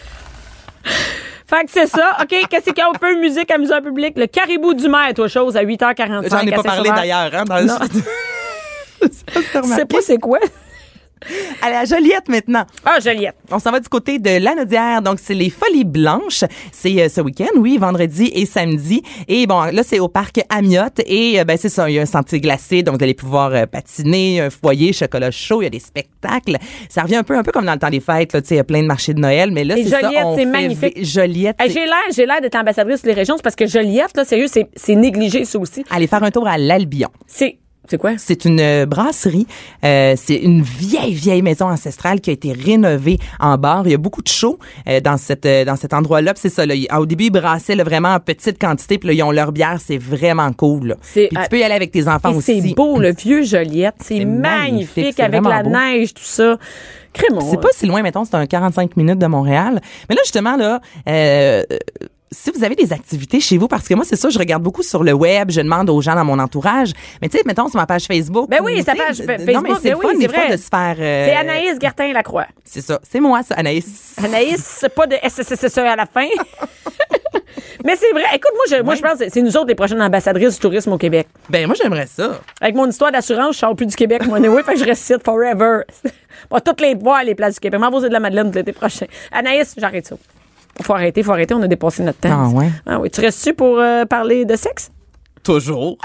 Fait que c'est ça. OK, qu'est-ce qu'il y a un peu musique, amusement public? Le Caribou du Maire, toi, chose, à huit heures quarante-cinq. J'en ai à pas parlé Saint-Sauveur. d'ailleurs, hein, dans le Non. Je sais pas si t'as Je sais remarqué. pas c'est quoi. Allez, à Joliette maintenant. Ah, Joliette. On s'en va du côté de Lanaudière. Donc, c'est les Folies Blanches. C'est euh, ce week-end, oui, vendredi et samedi. Et bon, là, c'est au parc Amiotte. Et euh, ben c'est ça, il y a un sentier glacé. Donc, vous allez pouvoir euh, patiner, un foyer, chocolat chaud. Il y a des spectacles. Ça revient un peu un peu comme dans le temps des fêtes. Là, tu sais, il y a plein de marchés de Noël. Mais là, Et c'est ça. Joliette, on c'est fait magnifique. vi- Joliette. Hey, c'est- j'ai l'air, j'ai l'air d'être ambassadrice des régions, c'est parce que Joliette, là, sérieux, c'est, c'est négligé, ça aussi. Allez faire un tour à l'Albion. C'est C'est quoi? C'est une euh, brasserie. Euh, c'est une vieille, vieille maison ancestrale qui a été rénovée en bar. Il y a beaucoup de shows euh, dans cette euh, dans cet endroit-là. Puis c'est ça. Là, au début, ils brassaient là, vraiment en petite quantité. Puis là, ils ont leur bière. C'est vraiment cool. Là. C'est, puis tu peux y aller avec tes enfants et aussi. C'est beau, le vieux Joliette. C'est, c'est magnifique, magnifique c'est avec la beau. neige, tout ça. Crémon. C'est pas si loin, mettons. C'est un quarante-cinq minutes de Montréal. Mais là, justement, là... Euh, si vous avez des activités chez vous, parce que moi, c'est ça, je regarde beaucoup sur le web, je demande aux gens dans mon entourage. Mais tu sais, mettons sur ma page Facebook. Ben oui, sa page de, Facebook. Non, mais c'est ben le fun oui, des c'est fois vrai. de se faire. Euh, c'est Anaïs Gertin-Lacroix. C'est ça. C'est moi, ça, Anaïs. Anaïs, c'est pas de S S S E à la fin. Mais c'est vrai. Écoute, moi, je, moi, je pense que c'est nous autres les prochaines ambassadrices du tourisme au Québec. Ben, moi, j'aimerais ça. Avec mon histoire d'assurance, je sors plus du Québec, moi, anyway, fait que je reste ici forever. Bon, toutes les voir, les places du Québec. M'envoyer de la Madeleine l'été prochain. Anaïs, j'arrête ça. Faut arrêter, faut arrêter, on a dépassé notre temps. Ah ouais. Ah oui. Tu restes-tu pour euh, parler de sexe? Toujours.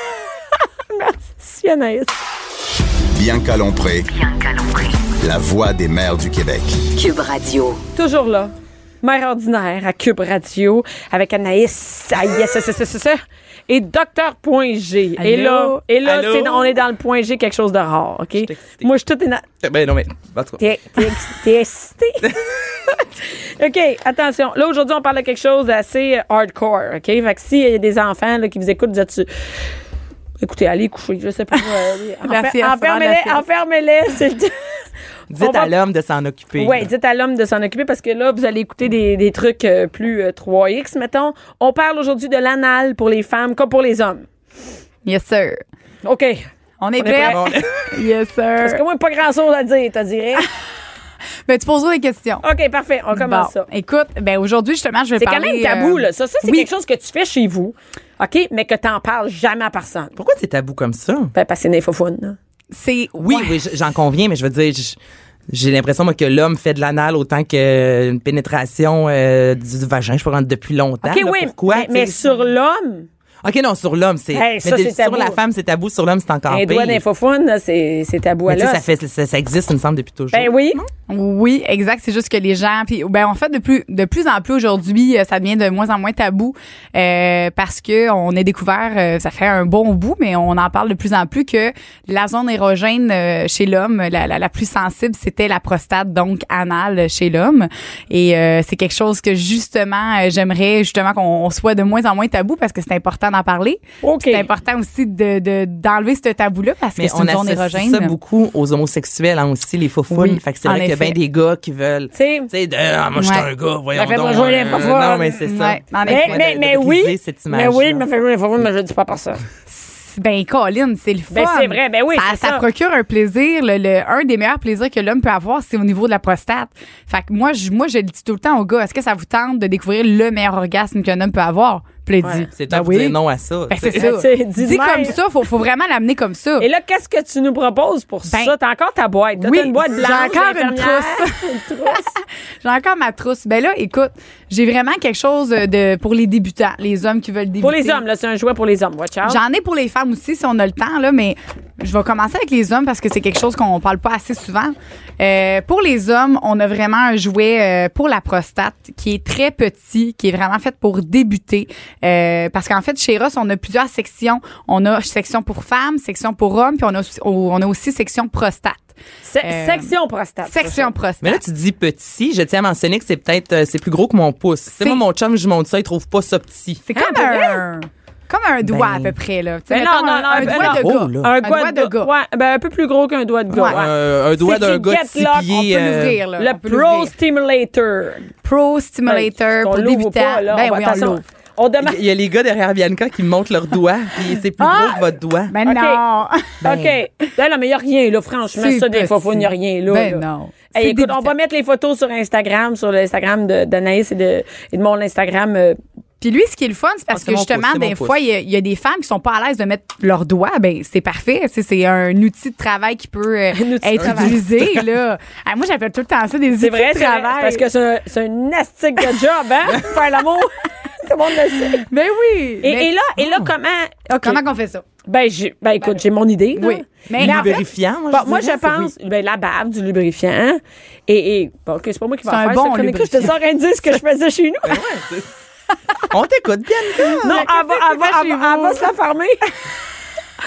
Merci, Anaïs. Bianca Lompré, Bianca Lompré. la voix des mères du Québec. Cube Radio. Toujours là. Mère ordinaire à Cube Radio avec Anaïs. Ah, yes, yes, yes, yes, yes. Et Docteur Point G. Allô? Et là, et là Allô? c'est, on est dans le Point G, quelque chose de rare, OK? excitée. Moi, je suis toute... éna- Ben, non, mais. En tout cas. T'es, t'es, ex- t'es excité? OK, attention. Là, aujourd'hui, on parle de quelque chose d'assez euh, hardcore, OK? Fait que s'il y a des enfants là, qui vous écoutent, vous êtes sur... Écoutez, allez coucher, je sais pas. Euh, La enfer- sieste, enfermez-les, la sieste. enfermez-les, c'est le temps. Dites On va- à l'homme de s'en occuper. Oui, dites à l'homme de s'en occuper parce que là, vous allez écouter des, des trucs euh, plus euh, trois X, mettons. On parle aujourd'hui de l'anal pour les femmes comme pour les hommes. Yes, sir. OK. On est est prêts? prêts? Bon, Yes, Parce sir. que moi, pas grand-chose à dire, t'as dirais. Ben, tu poseras des questions. OK, parfait. On commence Bon, ça. écoute, ben aujourd'hui, justement, je vais C'est quand parler... même tabou, euh, là. Ça, ça c'est oui. quelque chose que tu fais chez vous, OK, mais que t'en parles jamais à personne. Pourquoi c'est tabou comme ça? Ben, parce que c'est une infofoune, là. C'est... Oui, ouais. oui, j'en conviens, mais je veux dire, je- j'ai l'impression moi, que l'homme fait de l'anal autant qu'une pénétration euh, du, du vagin, je pense, depuis longtemps. OK, là. oui, Pourquoi? mais, mais tu sais? sur l'homme, OK, non, sur l'homme, c'est... Hey, mais ça, des- c'est sur tabou. la femme, c'est tabou. Sur l'homme, c'est encore un pire. doigt d'infofoune, là, c'est, c'est tabou à Mais tu sais, l'os. ça, fait, ça, ça existe, il me semble, depuis toujours. Ben oui. Oui, exact. C'est juste que les gens, puis ben en fait de plus de plus en plus aujourd'hui, euh, ça devient de moins en moins tabou euh, parce que on a découvert, euh, ça fait un bon bout, mais on en parle de plus en plus que la zone érogène euh, chez l'homme, la, la, la plus sensible, c'était la prostate, donc anale chez l'homme. Et euh, c'est quelque chose que justement, euh, j'aimerais justement qu'on soit de moins en moins tabou parce que c'est important d'en parler. OK. C'est important aussi de, de d'enlever ce tabou-là parce Mais que c'est on une zone associe érogène. ça beaucoup aux homosexuels, hein, aussi, les faux Oui, Fait que c'est en vrai qu'il y a effet. bien des gars qui veulent... Tu sais, Tu sais, de, ah, moi, je suis Ouais. un gars, voyons Ça fait donc. pas jouer les euh, faux non, mais c'est ça. Ouais, en mais, effet. mais, de- mais de oui, briser cette mais image-là. oui, il m'a fait jouer l'infofoune, mais je le dis pas par ça. Ben, Colin, c'est le fun. Ben, c'est vrai, ben oui, ça, c'est ça ça. procure un plaisir. Le, le- un des meilleurs plaisirs que l'homme peut avoir, c'est au niveau de la prostate. Fait que moi, je, moi, je le dis tout le temps aux gars, est-ce que ça vous tente de découvrir le meilleur orgasme qu'un homme peut avoir? Puis là, il dit, C'est ben top oui. de dire non à ça. Ben, tu sais. c'est ça. C'est- dis Dis de même. comme ça, faut, faut vraiment l'amener comme ça. Et là, qu'est-ce que tu nous proposes pour Ben, ça? T'as encore ta boîte. Là, oui, t'as une boîte blanche. j'ai encore une d'infirmière. trousse. Une trousse. J'ai encore ma trousse. Ben là, écoute, j'ai vraiment quelque chose de pour les débutants, les hommes qui veulent débuter. Pour les hommes, là, c'est un jouet pour les hommes. Watch out. J'en ai pour les femmes aussi, si on a le temps, là, mais je vais commencer avec les hommes parce que c'est quelque chose qu'on parle pas assez souvent. Euh, pour les hommes, on a vraiment un jouet euh, pour la prostate qui est très petit, qui est vraiment fait pour débuter. Euh, parce qu'en fait, chez Ross, on a plusieurs sections. On a section pour femmes, section pour hommes, puis on a, aussi- on a aussi section prostate. Se- euh, section prostate. Section prostate. Mais là, tu dis petit. Je tiens à mentionner que c'est peut-être euh, c'est plus gros que mon pouce. C'est moi, mon chum, je monte ça, il trouve pas ça petit. C'est Hein, comme pour vrai? un... Comme un doigt Ben- à peu près, là. Tu sais, Ben non, mettons, non, un, non, un ben doigt non. de Oh, gars. là. Un, Un doigt doigt de de gars. Ouais, ben un peu plus gros qu'un doigt de gars. Ouais. ouais. Euh, un doigt C'est d'un qui gars get de six lock, pieds. On peut euh, l'ouvrir, là. Le On peut Pro l'ouvrir. Stimulator. Pro Stimulator Hey, pour on l'ouvre débutants. pas, là. Ben On va- oui, on attention. l'ouvre. On demande. Il y a les gars derrière Bianca qui me montrent leurs doigts, puis c'est plus Ah! gros que votre doigt. Ben OK. non. OK. Ben non, mais il n'y a rien, là. Franchement, C'est ça, des fois, il n'y a petit. rien, là. Ben là. non. Hey, C'est écoute, on débutant. va mettre les photos sur Instagram, sur l'Instagram de- d'Anaïs et de, et de mon Instagram. euh, Puis lui, ce qui est le fun, c'est parce Ah, c'est que mon justement, pouce, c'est des mon pouce. fois, il y, a- il y a des femmes qui sont pas à l'aise de mettre leurs doigts. Ben, c'est parfait. Tu sais, c'est un outil de travail qui peut euh, Un outil de être travail. utilisé, là. Ah, moi, j'appelle tout le temps ça des outils C'est vrai, de c'est vrai, travail. parce que c'est un, c'est un nastique de job, hein? Faire l'amour. Tout le monde le sait. Ben oui. Et, Mais et là, et là, comment. OK. comment qu'on fait ça? Ben, j'ai, ben écoute, j'ai mon idée. là. Oui. Mais Mais en en fait, Lubrifiant, moi, bon, je moi, dirais, je c'est pense, ben, la bave, du lubrifiant. hein. Et, et bon, OK, c'est pas moi qui vais C'est en un faire bon cette chronique-là. Je te lubrifiant. sors un dire ce que je faisais chez nous. Ben ouais, c'est- On t'écoute, Bianca. Non, elle va, elle va, fait elle chez va, elle vous? va se la farmer.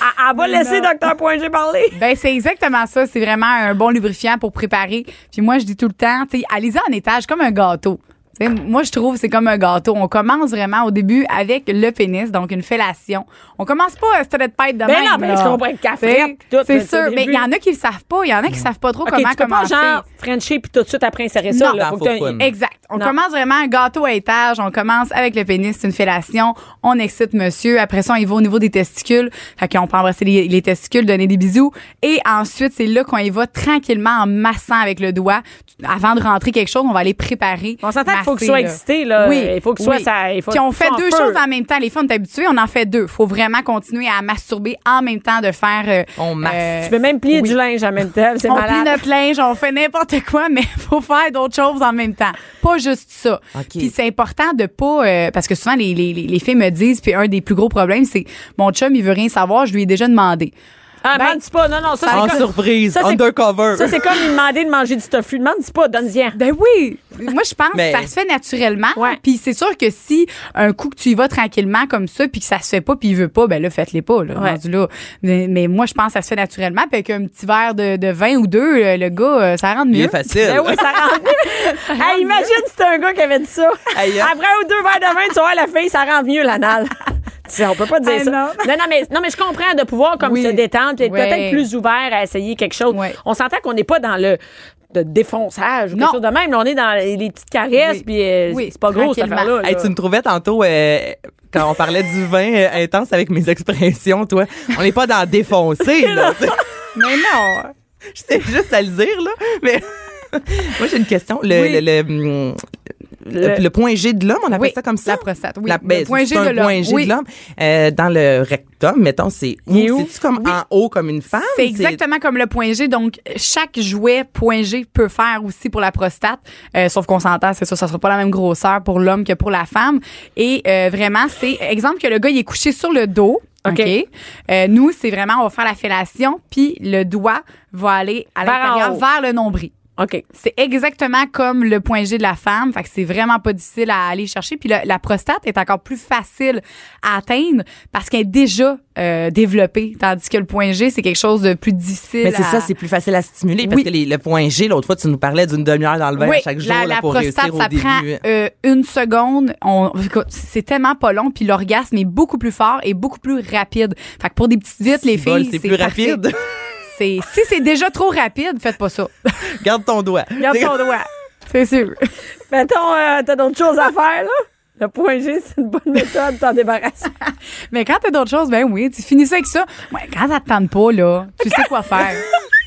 Elle, elle va laisser Docteur Point G parler. Ben, c'est exactement ça. C'est vraiment un bon lubrifiant pour préparer. Puis moi, je dis tout le temps, tu sais, allez-y en étage comme un gâteau. T'sais, moi, je trouve que c'est comme un gâteau. On commence vraiment au début avec le pénis, donc une fellation. On commence pas à se traiter de pète de Ben même. non, ben, là. je comprends le café tout. C'est mais sûr. au Mais début. il y en a qui le savent pas. Il y en a qui savent pas trop OK, comment tu peux commencer. pas genre Frencher puis tout de suite après insérer ça. Non, Là, faut faut que t'aies- fun. Exact. On Non. commence vraiment un gâteau à étage. On commence avec le pénis, c'est une fellation. On excite monsieur. Après ça, on y va au niveau des testicules. Fait qu'on peut embrasser les, les testicules, donner des bisous. Et ensuite, c'est là qu'on y va tranquillement en massant avec le doigt. Avant de rentrer quelque chose, on va aller préparer. On s'entend qu'il faut qu'il masser, soit là. excité, là. Oui. Il faut qu'il soit oui. ça. Il faut Puis on qu'il fait soit en deux feu. choses en même temps. Les filles, on est habitués, on en fait deux. Faut vraiment continuer à masturber en même temps de faire. euh, On masse. euh, Tu peux même plier oui. du linge en même temps. C'est on malade. plie notre linge, on fait n'importe quoi, mais faut faire d'autres choses en même temps. Pas juste ça. OK. Puis c'est important de pas... euh, parce que souvent, les, les, les filles me disent, puis un des plus gros problèmes, c'est mon chum, il veut rien savoir, je lui ai déjà demandé. Ah, Ben, demande-tu pas. Non, non, ça, En c'est comme... surprise, ça, c'est- undercover. Ça, c'est comme lui demander de manger du tofu. Demande-tu pas, donne-y. Ben oui! Moi, je pense Mais- que ça se fait naturellement. Ouais. Puis c'est sûr que si un coup que tu y vas tranquillement comme ça, puis que ça se fait pas, puis il veut pas, ben là, faites-les pas, là, Ouais. rendu là. Mais, mais moi, je pense que ça se fait naturellement. Puis avec un petit verre de, de vin ou deux, le, le gars, euh, ça rentre Il mieux. est facile. Ben oui, ça rentre mieux. Hey, imagine si c'était un gars qui avait dit ça. Aïe, hein. Après un ou deux verres de vin, tu vois, la fille, ça rentre mieux l'anal. Tu sais, on peut pas dire Ah, ça. non. non, non, mais, non, mais je comprends de pouvoir comme Oui. se détendre, puis être Ouais. peut-être plus ouvert à essayer quelque chose. Ouais. On s'entend qu'on n'est pas dans le de défonçage ou Non. quelque chose de même. Là, on est dans les petites caresses, Oui. puis euh, Oui, c'est pas gros, cette tranquillement. affaire-là. là. Hey, tu me trouvais tantôt, euh, quand on parlait du vin euh, intense avec mes expressions, toi. On n'est pas dans défoncer, là. tu sais. Mais non! J'étais juste à le dire, là. Mais moi, j'ai une question. Le, Oui. le, le, hum, le- Le- le point G de l'homme, on appelle Oui, ça comme ça? la prostate, oui. La- ben, Le point c'est G un de l'homme, point G oui. de l'homme. Euh, dans le rectum, mettons, c'est où? Il est où? C'est-tu comme Oui. en haut, comme une femme? C'est exactement comme le point G. Donc, chaque jouet point G peut faire aussi pour la prostate. Euh, sauf qu'on s'entend, c'est ça, ça sera pas la même grosseur pour l'homme que pour la femme. Et euh, vraiment, c'est exemple que le gars, il est couché sur le dos. OK. OK. Euh, nous, c'est vraiment, on va faire la fellation, puis le doigt va aller à Vers en l'intérieur, haut. vers le nombril. OK. C'est exactement comme le point G de la femme. Fait que c'est vraiment pas difficile à aller chercher. Puis la, la prostate est encore plus facile à atteindre parce qu'elle est déjà euh, développée. Tandis que le point G, c'est quelque chose de plus difficile. Mais c'est à- ça, c'est plus facile à stimuler parce Oui. que les- le point G, l'autre fois, tu nous parlais d'une demi-heure dans le bain Oui, à chaque jour la, là, la pour prostate, réussir au ça début. prend euh, une seconde. On, écoute, c'est tellement pas long, puis l'orgasme est beaucoup plus fort et beaucoup plus rapide. Fait que pour des petites vites, les Si bol, filles, c'est plus parfait. rapide. C'est si c'est déjà trop rapide, faites pas ça. Garde ton doigt. Garde ton doigt. C'est sûr. Mettons, euh, t'as d'autres choses à faire, là? Le point G, c'est une bonne méthode de t'en débarrasser. Mais quand t'as d'autres choses, ben oui, tu finis ça avec ça. Ouais, quand ça te tente pas, là, tu sais quoi faire.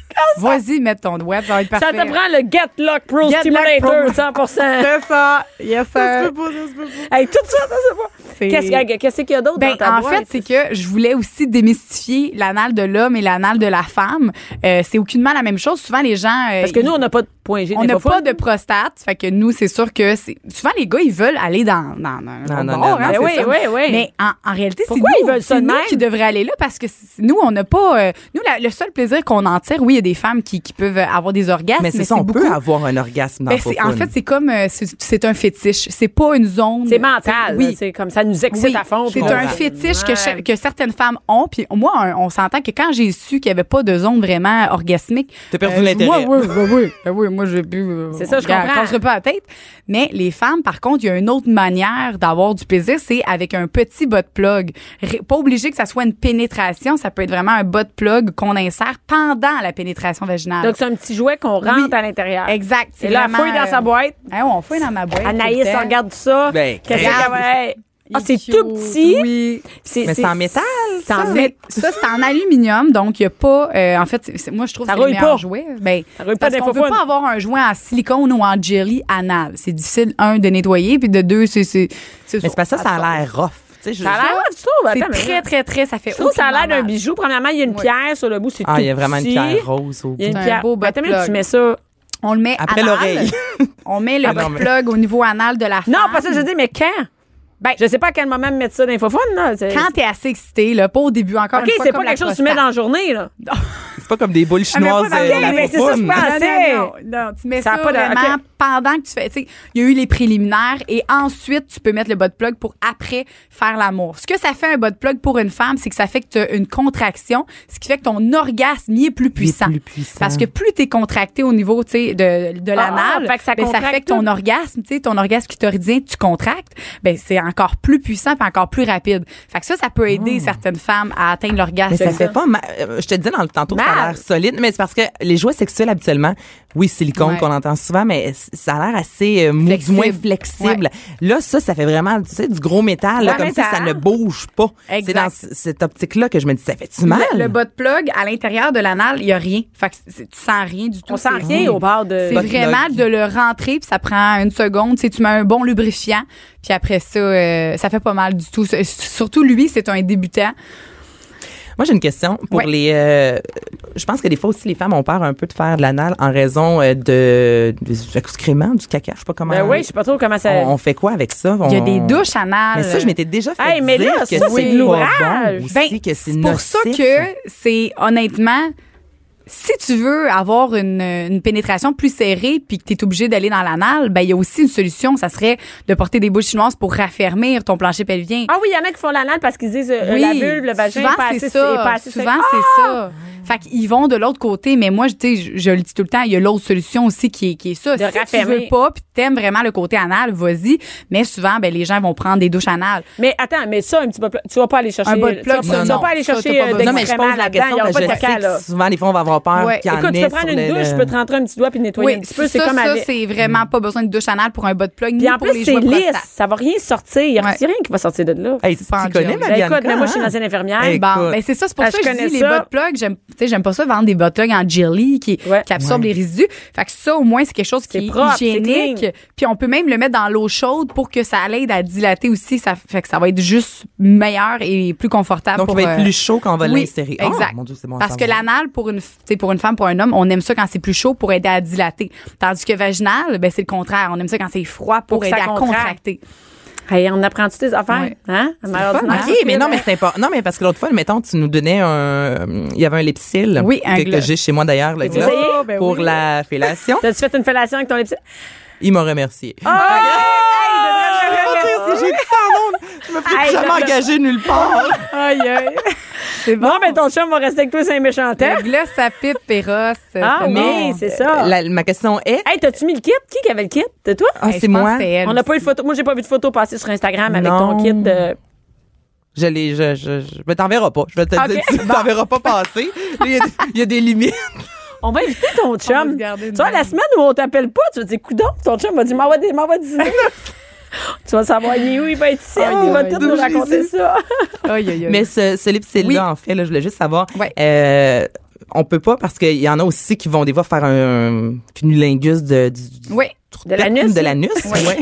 Vas-y, mets ton doigt, ça va être parfait. Ça te prend le Get Lock Pro Get Lock Stimulator, Pro. cent pour cent. C'est ça. Yes, sir. Hey, tout ça, ça se pas. C'est- Qu'est-ce qu'il y a, qu'est-ce qu'il y a d'autre Ben, dans ta en boîte? fait, c'est que je voulais aussi démystifier l'anal de l'homme et l'anal de la femme. Euh, c'est aucunement la même chose. Souvent, les gens... euh, Parce que ils- nous, on n'a pas de point G. on des n'a fois pas de prostate. Fait que nous, c'est sûr que c'est. Souvent, les gars, ils veulent aller dans. dans, dans Non, non, bord, non, hein, non. c'est Ben oui, ça. oui, oui. Mais en, en réalité, c'est Pourquoi nous, ils veulent ça c'est de nous même? qui devraient aller là parce que c'est- nous, on n'a pas. euh, nous, la- le seul plaisir qu'on en tire, oui, il y a des femmes qui, qui peuvent avoir des orgasmes. Mais c'est ça, on beaucoup. peut avoir un orgasme dans Ben, la c'est- en faufoune. fait, c'est comme. euh, c'est c'est un fétiche. C'est pas une zone. C'est mental. Oui. là, C'est comme ça nous excite Oui, à fond. c'est puis un on- fétiche que, Ouais. cha- que certaines femmes ont. Puis moi, on, on s'entend que quand j'ai su qu'il n'y avait pas de zone vraiment orgasmique. T'as perdu euh, l'intérêt. Moi, oui, oui, oui, ben oui, moi, j'ai pu. euh, C'est ça, je regarde, comprends. casserai pas la tête. Mais les femmes, par contre, il y a une autre manière d'avoir du plaisir, c'est avec un petit butt plug. Ré- Pas obligé que ça soit une pénétration, ça peut être vraiment un butt plug qu'on insère pendant la pénétration vaginale. Donc, c'est un petit jouet qu'on rentre Oui. à l'intérieur. Exact. Et là, elle vraiment, fouille dans euh, sa boîte. hein, on fouille dans ma boîte. Anaïs, tout le temps. regarde ça. Ben, Qu'est-ce regarde. qu'elle va- hey. Ah, Il c'est est tout cute, petit. Oui. Mais c'est en métal, C'est en Ça, mét- c'est- ça, c'est en aluminium, donc il n'y a pas. euh, en fait, c'est- c'est- moi, je trouve Ça que c'est le rouille meilleur pas. jouet. Ben, Ça rouille pas parce des qu'on ne veut faufounes. pas avoir un jouet en silicone ou en jelly anal. C'est difficile, un, de nettoyer, puis de deux, c'est. c'est c'est Mais c'est pas ça, ça a l'air rough. Tu sais, je- Ça a l'air, tu trouves? C'est Attends, mais très, là. très, très. Ça fait Je trouve que ça a l'air aucunement d'un mal. bijou. Premièrement, il y a une Oui. pierre sur le bout. C'est Ah, tout il y a vraiment une petit. pierre rose au Il y a une C'est un pierre. beau Ben, attends, butt mais tu plug. mets ça. On le met Après anal. l'oreille. On met le Ah, non, butt mais- plug au niveau anal de la femme. Non, pas ça, je dis, mais quand? Ben, Je sais pas à quel moment mettre ça dans l'infophone, là. C'est- quand t'es assez excité, là, pas au début, encore OK, une fois, c'est comme pas la quelque chose que tu mets dans prostate. la journée, là. c'est pas comme des boules Ah, mais chinoises. pas dans- euh, la mais c'est ça, foufoune. je pense. Non, non, non, non, tu mets Ça ça, a pas de- vraiment ok. pendant que tu fais, tu sais, il y a eu les préliminaires et ensuite tu peux mettre le butt plug pour après faire l'amour. Ce que ça fait un butt plug pour une femme, c'est que ça fait que tu as une contraction, ce qui fait que ton orgasme y est plus puissant. plus puissant. Parce que plus tu es contracté au niveau, tu sais, de, de l'anal, Ah, fait que ça ben, ça contracte fait que ton tout. orgasme, tu sais, ton orgasme clitoridien, tu contractes, ben c'est encore plus puissant et encore plus rapide. Fait que ça, ça peut aider certaines femmes à atteindre l'orgasme. Mais ça C'est fait ça. pas mal. Euh, Je te disais dans le tantôt que ça a Mal. l'air solide, mais c'est parce que les jouets sexuels habituellement, oui, silicone Ouais. qu'on entend souvent, mais c- ça a l'air assez euh, mou, du Flexible. moins flexible. Là, ça, ça fait vraiment, tu sais, du gros métal, là, Ouais, comme si ça métal. ne bouge pas. C'est Exact. dans c- cette optique-là que je me dis, ça fait-tu mal? Le, le butt plug, à l'intérieur de l'anal, il y a rien. Fait que c'est- tu sens rien du tout. On sent C'est- rien au bord de... C'est Butt vraiment plug. de le rentrer, puis ça prend une seconde. Tu sais, tu mets un bon lubrifiant, puis après ça, euh, ça fait pas mal du tout. S- Surtout lui, c'est un débutant. Moi, j'ai une question pour Ouais. les. euh, je pense que des fois aussi, les femmes ont peur un peu de faire de l'anal en raison euh, de, de excréments, du caca. Je sais pas comment. Ben oui, je sais pas trop comment ça... on, on fait quoi avec ça? Il y a On- des douches anales. Mais ça, je m'étais déjà fait Hey, mais dire là, que ça, c'est de pas l'ouvrage. bon aussi, Ben, que c'est c'est pour ça nocif. que c'est honnêtement, si tu veux avoir une, une pénétration plus serrée puis que tu es obligé d'aller dans l'anal, ben il y a aussi une solution, ça serait de porter des boules chinoises pour raffermir ton plancher pelvien. Ah oui, il y en a qui font l'anal parce qu'ils disent euh, la vulve, le vagin, souvent est pas c'est assez, ça. est pas assez Souvent sec. c'est ça. Fait qu'ils vont de l'autre côté, mais moi, je- tu sais, je, je le dis tout le temps, il y a l'autre solution aussi qui est, qui est ça. De si tu raffermir. veux pas, puis t'aimes vraiment le côté anal, vas-y. Mais souvent, ben les gens vont prendre des douches anales. Mais attends, mais ça, un petit peu, tu vas pas aller chercher. Un butt plug, tu vas, ça, tu vas non. pas aller Ça, chercher t'as pas euh, besoin. Non, mais je pose la question d'excréments parce que je là-dedans, il y aura sais pas de caca, que là. souvent, les fois, on va avoir peur Ouais. qu'il y en Écoute, tu ait peux prendre sur une le- douche, le- je peux te rentrer un petit doigt puis nettoyer un Oui, petit peu. C'est ça, comme ça, avec. c'est vraiment pas besoin de douche anale pour un butt plug, ni Puis en pour plus, les c'est jouets lisse. prostate. Ça va rien sortir. Il y a Ouais. rien qui va sortir de là. Hey, tu pas en t'y connais, gel. Ben, Marianne? écoute, mais moi, je suis une ancienne infirmière. Hey, Bon, Écoute. ben c'est ça, c'est pour Ah, ça je que je connais dis les ça. butt plugs, j'aime tu sais j'aime pas ça vendre des butt plugs en jelly qui Ouais. qui absorbent Ouais. les résidus. Fait que ça au moins c'est quelque chose qui C'est est propre, c'est hygiénique. clean. Puis on peut même le mettre dans l'eau chaude pour que ça l'aide à dilater aussi, ça fait que ça va être juste meilleur et plus confortable Donc, pour il va être euh, plus chaud quand on va oui, l'insérer. exact. Oh, mon Dieu, c'est bon à Parce que savoir. l'anal pour une f- tu sais, pour une femme pour un homme, on aime ça quand c'est plus chaud pour aider à dilater. Tandis que vaginal, ben c'est le contraire, on aime ça quand c'est froid pour, Pour que aider ça à contracte. contracter. Hey, on apprend-tu des affaires? Ouais. Hein? À mère fun, ordinaire. hein? OK, mais non, mais c'est important. Non, mais parce que l'autre fois, mettons, tu nous donnais un. Il y avait un Lipsil. Oui, un que, que gloss. j'ai chez moi d'ailleurs, le gloss, essayé? Ben pour oui. la fellation. T'as-tu fait une fellation avec ton lipstick? Il m'a remercié. Ah! J'ai dit ça en ondes. Je me ferais Hey, plus jamais le- engager nulle part. Aïe aïe. C'est bon. Bon, mais ton chum va rester avec toi, c'est un méchant temps. Le gloss à pipe Péros. Ah c'était oui, bon. c'est ça. La- ma question est. Hey, t'as-tu mis le kit? Qui qui avait le kit? C'est toi? Ah, Hey, c'est je pense moi. que c'était elle On n'a pas eu aussi. de photo. Moi, j'ai pas vu de photo passer sur Instagram avec Non. ton kit de. Je l'ai, je, je, je, mais t'en verras pas. Je vais te Ok. dire, tu t'en verras pas passer. Il y, a- il y a des limites. On va éviter ton On va chum. se garder une Tu vois, la bonne- semaine où on t'appelle pas, tu vas dire, coudon, ton chum va dire, m'envoie des, m'envoie dîner. Tu vas savoir, il est où, il va être ici, Aïe, il va aïe, tout d'où nous j'ai raconter dit. ça. Aïe, aïe, aïe. Mais ce, ce lipsil-là, Oui. en fait, là, je voulais juste savoir. Ouais. Euh, on peut pas parce qu'il y en a aussi qui vont des fois faire un, un cunnilingus de, du, du- Oui. De l'anus, De là. l'anus. Oui. ouais.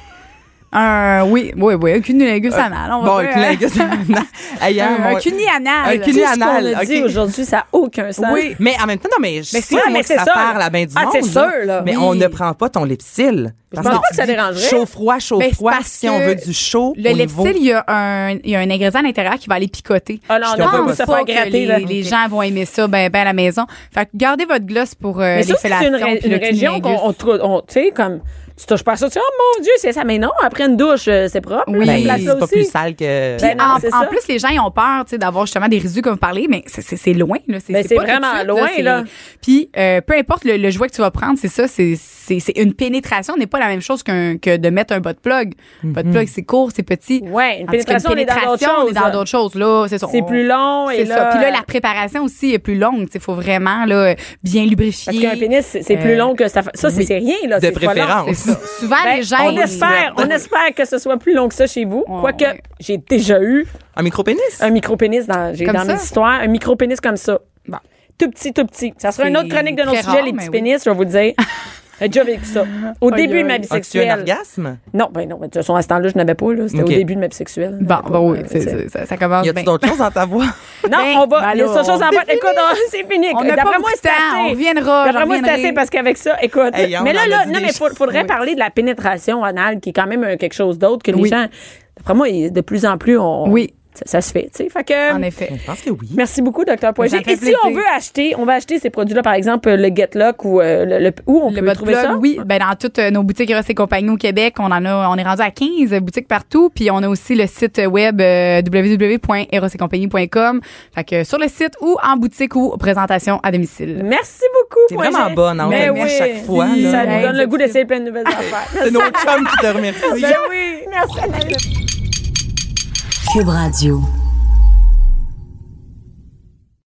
Un, oui, oui, oui, un cunilingus anal. On va Bon, un pas, cunilingus. Ailleurs, un, un mon- cuni anal. Un cuni Tout ce qu'on anal, a dit ok. aujourd'hui, ça n'a aucun sens. Oui, mais en même temps, non, mais je Mais sais c'est- moi, mais que c'est ça, ça, parle là. à bien du Ah, monde. c'est sûr, là. Mais Oui. on ne prend pas ton lipsil. Je pense pas que ça dérangerait. Chaud froid, chaud Ben, c'est froid. parce Si que on veut du chaud, Le au niveau- Lipsil, il y a un, il y a un ingrédient à l'intérieur qui va aller picoter. Ah non, Je on te a vois pas pas voulu pense se pas faire que gratter, les, là. les gens vont aimer ça ben, ben à la maison. Fait que gardez votre gloss pour euh, Mais les ça, c'est une, fellations. ré- puis une le région qu'on, cunilingus. on trou- on- tu sais, comme, tu touches pas à ça, tu dis, oh mon Dieu, c'est ça. Mais non, après une douche, euh, c'est propre. Oui. là, Ben, place c'est là pas aussi. plus sale que. Puis Ben non, en, c'est en ça. plus, les gens ils ont peur tu sais, d'avoir justement des résidus comme vous parlez, mais c'est, c'est, c'est loin. Là. C'est, Ben, c'est pas tout de vraiment suite, loin, c'est- là. Puis euh, peu importe le, le jouet que tu vas prendre, c'est ça, c'est, c'est, c'est une pénétration n'est pas la même chose qu'un, que de mettre un butt plug. Butt plug, c'est court, c'est petit. Ouais, une Tandis qu'une pénétration, on est dans d'autres pénétration, on choses. est dans là. d'autres choses. Là, c'est ça. C'est On- plus long. et C'est là, ça. Puis là, la préparation aussi est plus longue. Il faut vraiment là, bien lubrifier. Parce qu'un pénis, c'est, c'est Euh, plus long que ça. Ça, c'est, oui. c'est rien, là. De c'est pas long. préférence. C'est ça. Souvent, Ben, les gens. on ils- espère, on espère que ce soit plus long que ça chez vous. Ouais, Quoique, ouais. j'ai déjà eu Un micro-pénis? un micro-pénis dans, j'ai, Comme dans ça? mes histoires, un micro-pénis comme ça. Bon. Tout petit, tout petit. Ça sera une C'est autre chronique de nos très sujets, rare, les mais petits oui. pénis, je vais vous le dire. J'ai déjà vécu ça. Au Aïe, début de ma aïe. vie As-tu un sexuelle. orgasme? Non, ben non, mais de toute façon, à ce temps-là, je n'avais pas, là. C'était Ok. au début de ma vie sexuelle. Bon, J'avais bon, pas, oui, euh, c'est, c'est- c'est- ça, ça commence Y a-tu bien. d'autres choses dans ta voix? Non, Ben, on va. ben Il y a alors, d'autres choses en c'est bas. Écoute, on- c'est fini. On n'a D'après pas moi, beaucoup de c'est temps. assez. On reviendra. D'après j'en moi, c'est assez reviendrai. parce qu'avec ça, écoute. Hey, on mais là, en a là, dit non, des mais il faudrait Oui. parler de la pénétration anale, qui est quand même euh, quelque chose d'autre que les Oui. gens. D'après moi, il- de plus en plus, on. Oui. Tu ça, ça se fait, tu sais. Fait que. En effet. Je pense que oui. Merci beaucoup, docteur Poirier. Ça me fait Et si plaisir. on veut acheter, on va acheter ces produits-là, par exemple, le Get Lock ou euh, le, le- où on Le peut bot trouver plug, ça? oui. Ben, dans toutes euh, nos boutiques Eros et compagnie au Québec, on en a, on est rendu à quinze boutiques partout. Puis on a aussi le site web euh, w w w point eros et compagnie point com. Fait que sur le site ou en boutique ou présentation à domicile. Merci beaucoup. T'es Poirier. vraiment bonne, hein, on Ben te le dit oui. à chaque fois, là. Ça nous Hey, donne le c'est goût d'essayer plein de nouvelles affaires. C'est nos chums qui te remercient. Ben oui. Merci, Anaïs. Cube Radio.